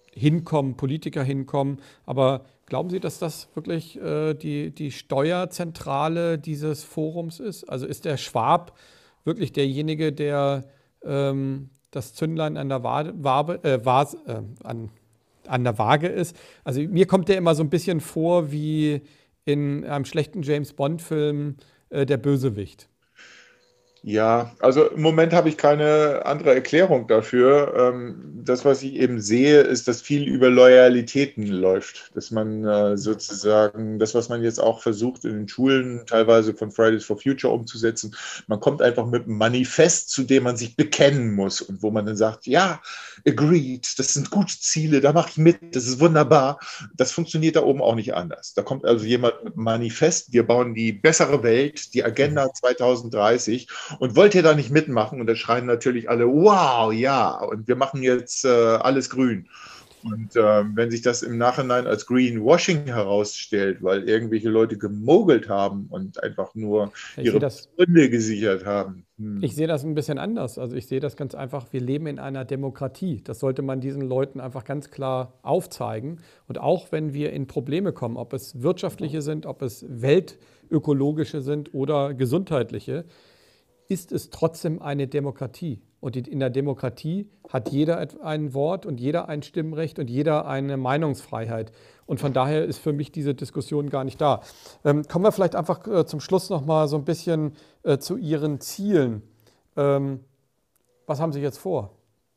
hinkommen, Politiker hinkommen. Aber glauben Sie, dass das wirklich äh, die, die Steuerzentrale dieses Forums ist? Also ist der Schwab wirklich derjenige, der ähm, das Zündlein an der, Waage, Wabe, äh, Vase, äh, an, an der Waage ist? Also mir kommt der immer so ein bisschen vor wie in einem schlechten James-Bond-Film äh, der Bösewicht. Ja, also im Moment habe ich keine andere Erklärung dafür. Ähm, Das, was ich eben sehe, ist, dass viel über Loyalitäten läuft. Dass man äh, sozusagen, das, was man jetzt auch versucht in den Schulen teilweise von Fridays for Future umzusetzen, man kommt einfach mit einem Manifest, zu dem man sich bekennen muss und wo man dann sagt, ja, agreed, das sind gute Ziele, da mache ich mit, das ist wunderbar. Das funktioniert da oben auch nicht anders. Da kommt also jemand mit einem Manifest, wir bauen die bessere Welt, die Agenda zwanzig dreißig. Und wollt ihr da nicht mitmachen? Und da schreien natürlich alle, wow, ja, und wir machen jetzt äh, alles grün. Und äh, wenn sich das im Nachhinein als Greenwashing herausstellt, weil irgendwelche Leute gemogelt haben und einfach nur Ich ihre das, Gründe gesichert haben. Hm. ich sehe das ein bisschen anders. Also ich sehe das ganz einfach, wir leben in einer Demokratie. Das sollte man diesen Leuten einfach ganz klar aufzeigen. Und auch wenn wir in Probleme kommen, ob es wirtschaftliche sind, ob es weltökologische sind oder gesundheitliche, ist es trotzdem eine Demokratie. Und in der Demokratie hat jeder ein Wort und jeder ein Stimmrecht und jeder eine Meinungsfreiheit. Und von daher ist für mich diese Diskussion gar nicht da. Ähm, kommen wir vielleicht einfach äh, zum Schluss noch mal so ein bisschen äh, zu Ihren Zielen. Ähm, was haben Sie jetzt vor?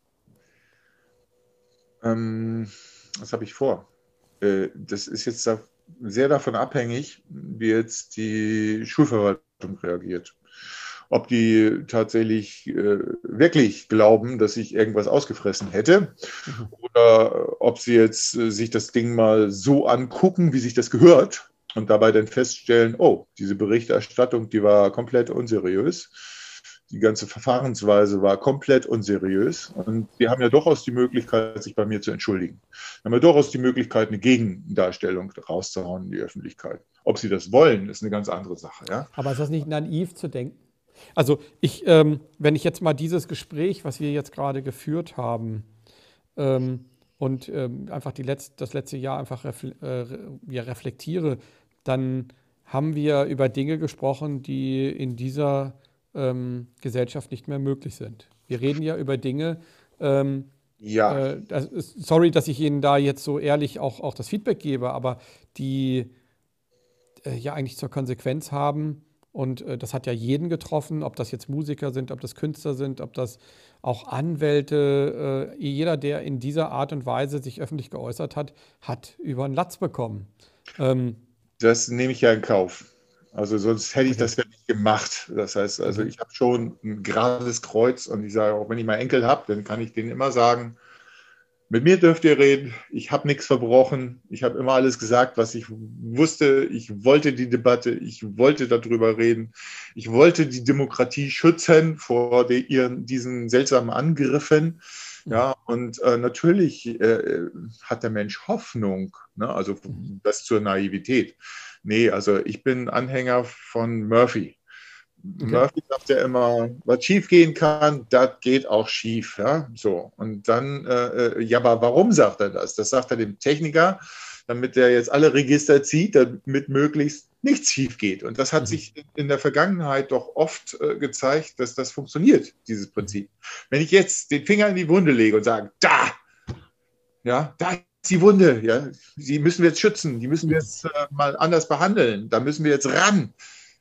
Ähm, was habe ich vor? Äh, das ist jetzt da sehr davon abhängig, wie jetzt die Schulverwaltung reagiert. Ob die tatsächlich äh, wirklich glauben, dass ich irgendwas ausgefressen hätte, mhm. oder ob sie jetzt äh, sich das Ding mal so angucken, wie sich das gehört und dabei dann feststellen, oh, diese Berichterstattung, die war komplett unseriös. Die ganze Verfahrensweise war komplett unseriös und sie haben ja durchaus die Möglichkeit, sich bei mir zu entschuldigen. Sie haben ja durchaus die Möglichkeit, eine Gegendarstellung rauszuhauen in die Öffentlichkeit. Ob sie das wollen, ist eine ganz andere Sache. Ja? Aber ist das nicht naiv zu denken? Also ich, ähm, wenn ich jetzt mal dieses Gespräch, was wir jetzt gerade geführt haben, ähm, und ähm, einfach die Letz-, das letzte Jahr einfach refl- äh, ja, reflektiere, dann haben wir über Dinge gesprochen, die in dieser ähm, Gesellschaft nicht mehr möglich sind. Wir reden ja über Dinge, ähm, ja. äh, das ist, sorry, dass ich Ihnen da jetzt so ehrlich auch, auch das Feedback gebe, aber die äh, ja eigentlich zur Konsequenz haben. Und äh, das hat ja jeden getroffen, ob das jetzt Musiker sind, ob das Künstler sind, ob das auch Anwälte, äh, jeder, der in dieser Art und Weise sich öffentlich geäußert hat, hat über den Latz bekommen. Ähm, das nehme ich ja in Kauf. Also sonst hätte ich okay. das ja nicht gemacht. Das heißt, also mhm. ich habe schon ein gerades Kreuz und ich sage, auch wenn ich mal Enkel habe, dann kann ich denen immer sagen, mit mir dürft ihr reden, ich habe nichts verbrochen, ich habe immer alles gesagt, was ich wusste, ich wollte die Debatte, ich wollte darüber reden, ich wollte die Demokratie schützen vor die, ihren, diesen seltsamen Angriffen. Ja, und äh, natürlich äh, hat der Mensch Hoffnung, ne? Also das zur Naivität. Nee, also ich bin Anhänger von Murphy. Okay. Murphy sagt ja immer, was schief gehen kann, das geht auch schief. Ja? So. Und dann, äh, ja, aber warum sagt er das? Das sagt er dem Techniker, damit er jetzt alle Register zieht, damit möglichst nichts schief geht. Und das hat mhm. sich in der Vergangenheit doch oft äh, gezeigt, dass das funktioniert, dieses Prinzip. Wenn ich jetzt den Finger in die Wunde lege und sage, da, ja, da ist die Wunde, ja, die müssen wir jetzt schützen, die müssen wir jetzt äh, mal anders behandeln, da müssen wir jetzt ran.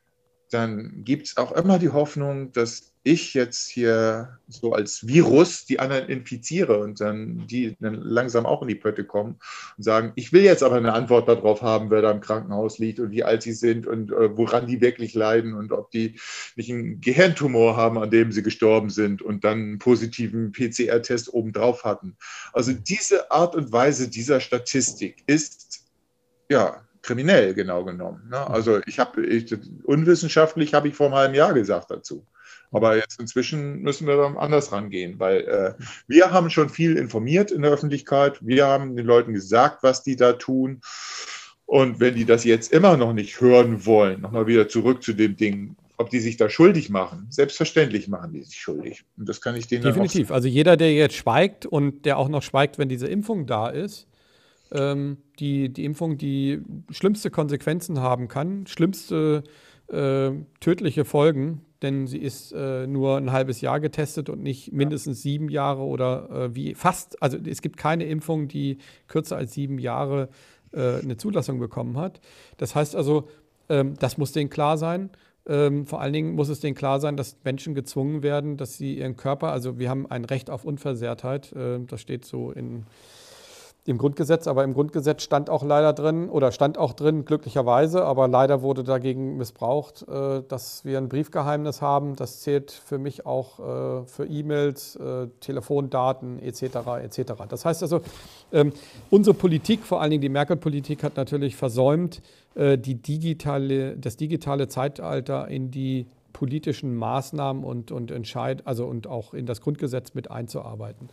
Dann gibt es auch immer die Hoffnung, dass ich jetzt hier so als Virus die anderen infiziere und dann die dann langsam auch in die Pötte kommen und sagen, ich will jetzt aber eine Antwort darauf haben, wer da im Krankenhaus liegt und wie alt sie sind und äh, woran die wirklich leiden und ob die nicht einen Gehirntumor haben, an dem sie gestorben sind und dann einen positiven P C R-Test obendrauf hatten. Also diese Art und Weise dieser Statistik ist, ja, kriminell, genau genommen. Ne? Also ich habe, unwissenschaftlich habe ich vor einem halben Jahr gesagt dazu. Aber jetzt inzwischen müssen wir dann anders rangehen, weil äh, wir haben schon viel informiert in der Öffentlichkeit. Wir haben den Leuten gesagt, was die da tun. Und wenn die das jetzt immer noch nicht hören wollen, nochmal wieder zurück zu dem Ding, ob die sich da schuldig machen. Selbstverständlich machen die sich schuldig. Und das kann ich denen Definitiv. dann auch also jeder, der jetzt schweigt und der auch noch schweigt, wenn diese Impfung da ist, ähm, die, die Impfung, die schlimmste Konsequenzen haben kann, schlimmste äh, tödliche Folgen, denn sie ist äh, nur ein halbes Jahr getestet und nicht mindestens sieben Jahre oder äh, wie fast, also es gibt keine Impfung, die kürzer als sieben Jahre äh, eine Zulassung bekommen hat. Das heißt also, ähm, das muss denen klar sein. Ähm, vor allen Dingen muss es denen klar sein, dass Menschen gezwungen werden, dass sie ihren Körper, also wir haben ein Recht auf Unversehrtheit, äh, das steht so in im Grundgesetz, aber im Grundgesetz stand auch leider drin, oder stand auch drin, glücklicherweise, aber leider wurde dagegen missbraucht, äh, dass wir ein Briefgeheimnis haben. Das zählt für mich auch äh, für E-Mails, äh, Telefondaten et cetera et cetera. Das heißt also, ähm, unsere Politik, vor allen Dingen die Merkel-Politik, hat natürlich versäumt, äh, die digitale, das digitale Zeitalter in die politischen Maßnahmen und, und Entscheid, also und auch in das Grundgesetz mit einzuarbeiten.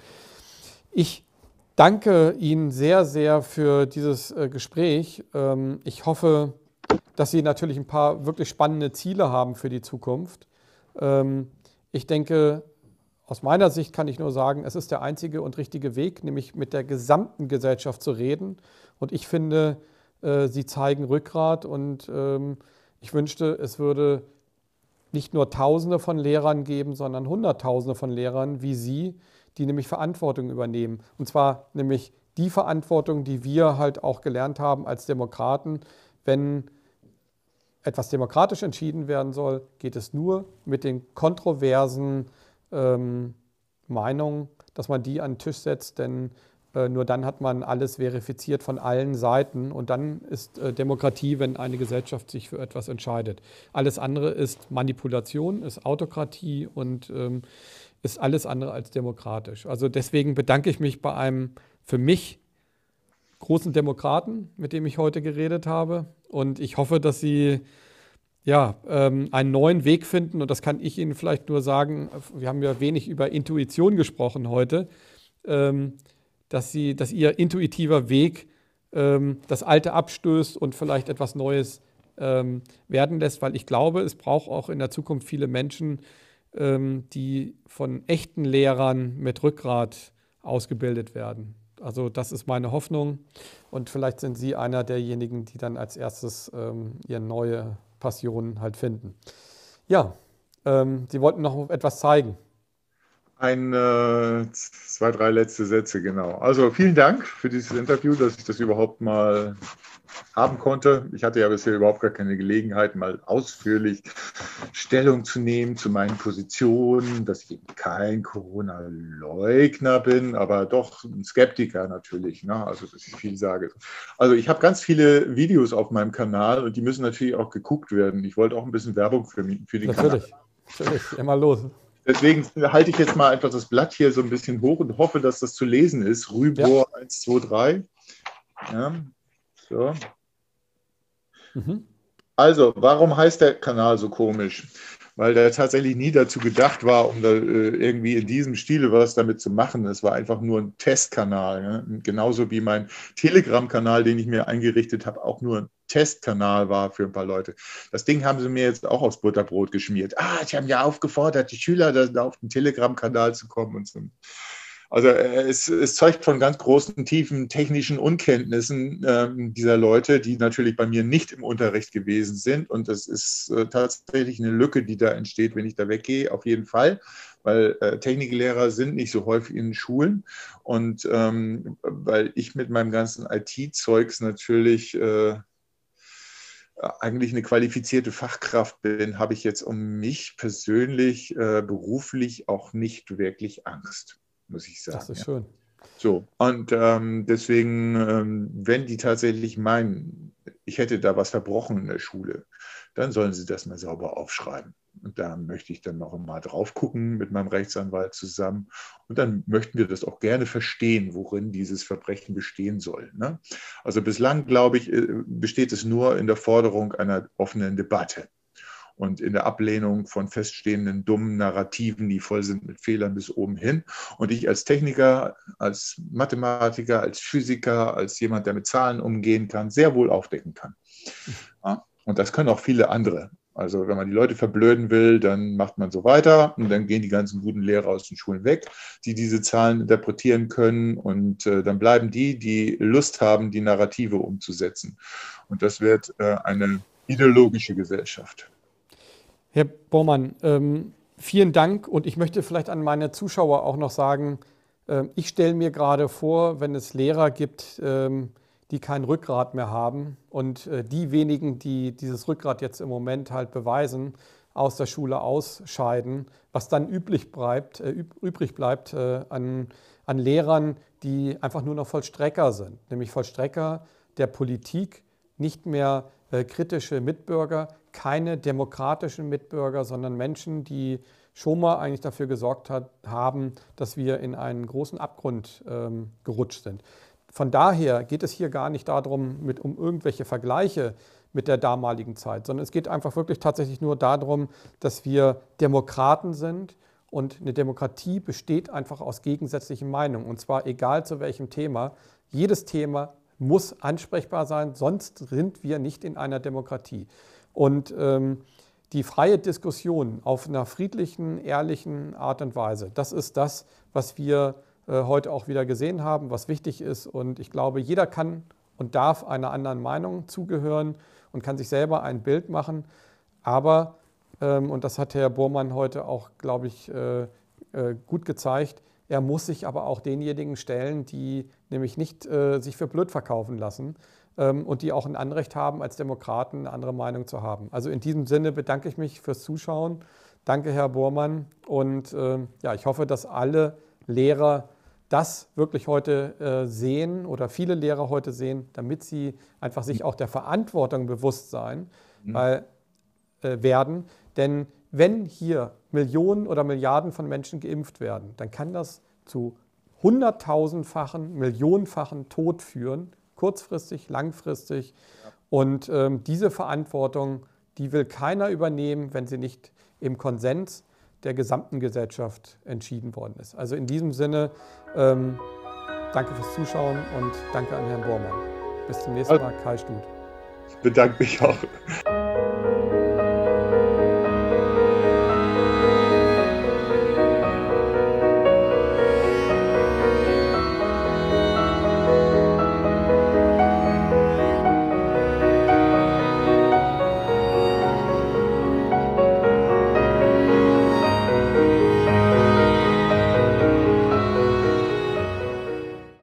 Ich danke Ihnen sehr, sehr für dieses äh, Gespräch. Ähm, ich hoffe, dass Sie natürlich ein paar wirklich spannende Ziele haben für die Zukunft. Ähm, ich denke, aus meiner Sicht kann ich nur sagen, es ist der einzige und richtige Weg, nämlich mit der gesamten Gesellschaft zu reden. Und ich finde, äh, Sie zeigen Rückgrat und ähm, ich wünschte, es würde nicht nur Tausende von Lehrern geben, sondern Hunderttausende von Lehrern wie Sie, die nämlich Verantwortung übernehmen. Und zwar nämlich die Verantwortung, die wir halt auch gelernt haben als Demokraten. Wenn etwas demokratisch entschieden werden soll, geht es nur mit den kontroversen ähm, Meinungen, dass man die an den Tisch setzt, denn äh, nur dann hat man alles verifiziert von allen Seiten und dann ist äh, Demokratie, wenn eine Gesellschaft sich für etwas entscheidet. Alles andere ist Manipulation, ist Autokratie und ähm, ist alles andere als demokratisch. Also deswegen bedanke ich mich bei einem für mich großen Demokraten, mit dem ich heute geredet habe. Und ich hoffe, dass Sie ja, ähm, einen neuen Weg finden. Und das kann ich Ihnen vielleicht nur sagen, wir haben ja wenig über Intuition gesprochen heute, ähm, dass, Sie, dass Ihr intuitiver Weg ähm, das Alte abstößt und vielleicht etwas Neues ähm, werden lässt. Weil ich glaube, es braucht auch in der Zukunft viele Menschen, die von echten Lehrern mit Rückgrat ausgebildet werden. Also das ist meine Hoffnung und vielleicht sind Sie einer derjenigen, die dann als erstes ähm, ihre neue Passion halt finden. Ja, ähm, Sie wollten noch etwas zeigen. Ein, äh, zwei, drei letzte Sätze, genau. Also vielen Dank für dieses Interview, dass ich das überhaupt mal haben konnte. Ich hatte ja bisher überhaupt gar keine Gelegenheit, mal ausführlich Stellung zu nehmen zu meinen Positionen, dass ich eben kein Corona-Leugner bin, aber doch ein Skeptiker natürlich, ne? Also dass ich viel sage. Also ich habe ganz viele Videos auf meinem Kanal und die müssen natürlich auch geguckt werden. Ich wollte auch ein bisschen Werbung für, für den natürlich. Kanal. Natürlich, immer los. Deswegen halte ich jetzt mal einfach das Blatt hier so ein bisschen hoch und hoffe, dass das zu lesen ist. Rübor ja. eins, zwei, drei. Ja, so. Mhm. Also, warum heißt der Kanal so komisch? Weil der tatsächlich nie dazu gedacht war, um da äh, irgendwie in diesem Stile was damit zu machen. Es war einfach nur ein Testkanal. Ne? Genauso wie mein Telegram-Kanal, den ich mir eingerichtet habe, auch nur ein Testkanal war für ein paar Leute. Das Ding haben sie mir jetzt auch aufs Butterbrot geschmiert. Ah, ich habe ja aufgefordert, die Schüler da, da auf den Telegram-Kanal zu kommen und so. Also es, es zeugt von ganz großen, tiefen technischen Unkenntnissen äh, dieser Leute, die natürlich bei mir nicht im Unterricht gewesen sind. Und das ist äh, tatsächlich eine Lücke, die da entsteht, wenn ich da weggehe, auf jeden Fall. Weil äh, Techniklehrer sind nicht so häufig in Schulen. Und ähm, weil ich mit meinem ganzen I T-Zeugs natürlich äh, eigentlich eine qualifizierte Fachkraft bin, habe ich jetzt um mich persönlich äh, beruflich auch nicht wirklich Angst, muss ich sagen. Das ist ja. schön. So, und ähm, deswegen, ähm, wenn die tatsächlich meinen, ich hätte da was verbrochen in der Schule, dann sollen sie das mal sauber aufschreiben. Und da möchte ich dann noch mal drauf gucken mit meinem Rechtsanwalt zusammen. Und dann möchten wir das auch gerne verstehen, worin dieses Verbrechen bestehen soll. Ne? Also bislang, glaube ich, besteht es nur in der Forderung einer offenen Debatte und in der Ablehnung von feststehenden dummen Narrativen, die voll sind mit Fehlern bis oben hin. Und ich als Techniker, als Mathematiker, als Physiker, als jemand, der mit Zahlen umgehen kann, sehr wohl aufdecken kann. Ja? Und das können auch viele andere. Also wenn man die Leute verblöden will, dann macht man so weiter und dann gehen die ganzen guten Lehrer aus den Schulen weg, die diese Zahlen interpretieren können, und äh, dann bleiben die, die Lust haben, die Narrative umzusetzen. Und das wird äh, eine ideologische Gesellschaft. Herr Bormann, ähm, vielen Dank, und ich möchte vielleicht an meine Zuschauer auch noch sagen, äh, ich stelle mir gerade vor, wenn es Lehrer gibt, ähm, die kein Rückgrat mehr haben, und äh, die wenigen, die dieses Rückgrat jetzt im Moment halt beweisen, aus der Schule ausscheiden, was dann üblich bleibt, äh, üb übrig bleibt äh, an, an Lehrern, die einfach nur noch Vollstrecker sind, nämlich Vollstrecker der Politik, nicht mehr äh, kritische Mitbürger, keine demokratischen Mitbürger, sondern Menschen, die schon mal eigentlich dafür gesorgt hat, haben, dass wir in einen großen Abgrund ähm, gerutscht sind. Von daher geht es hier gar nicht darum, mit, um irgendwelche Vergleiche mit der damaligen Zeit, sondern es geht einfach wirklich tatsächlich nur darum, dass wir Demokraten sind, und eine Demokratie besteht einfach aus gegensätzlichen Meinungen, und zwar egal zu welchem Thema. Jedes Thema muss ansprechbar sein, sonst sind wir nicht in einer Demokratie. Und ähm, die freie Diskussion auf einer friedlichen, ehrlichen Art und Weise, das ist das, was wir äh, heute auch wieder gesehen haben, was wichtig ist. Und ich glaube, jeder kann und darf einer anderen Meinung zugehören und kann sich selber ein Bild machen. Aber, ähm, und das hat Herr Bormann heute auch, glaube ich, äh, äh, gut gezeigt, er muss sich aber auch denjenigen stellen, die nämlich nicht äh, sich für blöd verkaufen lassen ähm, und die auch ein Anrecht haben, als Demokraten eine andere Meinung zu haben. Also in diesem Sinne bedanke ich mich fürs Zuschauen. Danke, Herr Bormann. Und äh, ja, ich hoffe, dass alle Lehrer das wirklich heute äh, sehen oder viele Lehrer heute sehen, damit sie einfach sich auch der Verantwortung bewusst sein Mhm. weil, äh, werden. Denn wenn hier Millionen oder Milliarden von Menschen geimpft werden, dann kann das zu hunderttausendfachen, millionenfachen Tod führen, kurzfristig, langfristig. Und ähm, diese Verantwortung, die will keiner übernehmen, wenn sie nicht im Konsens der gesamten Gesellschaft entschieden worden ist. Also in diesem Sinne, ähm, danke fürs Zuschauen und danke an Herrn Bormann. Bis zum nächsten Mal, Kai Stut. Ich bedanke mich auch.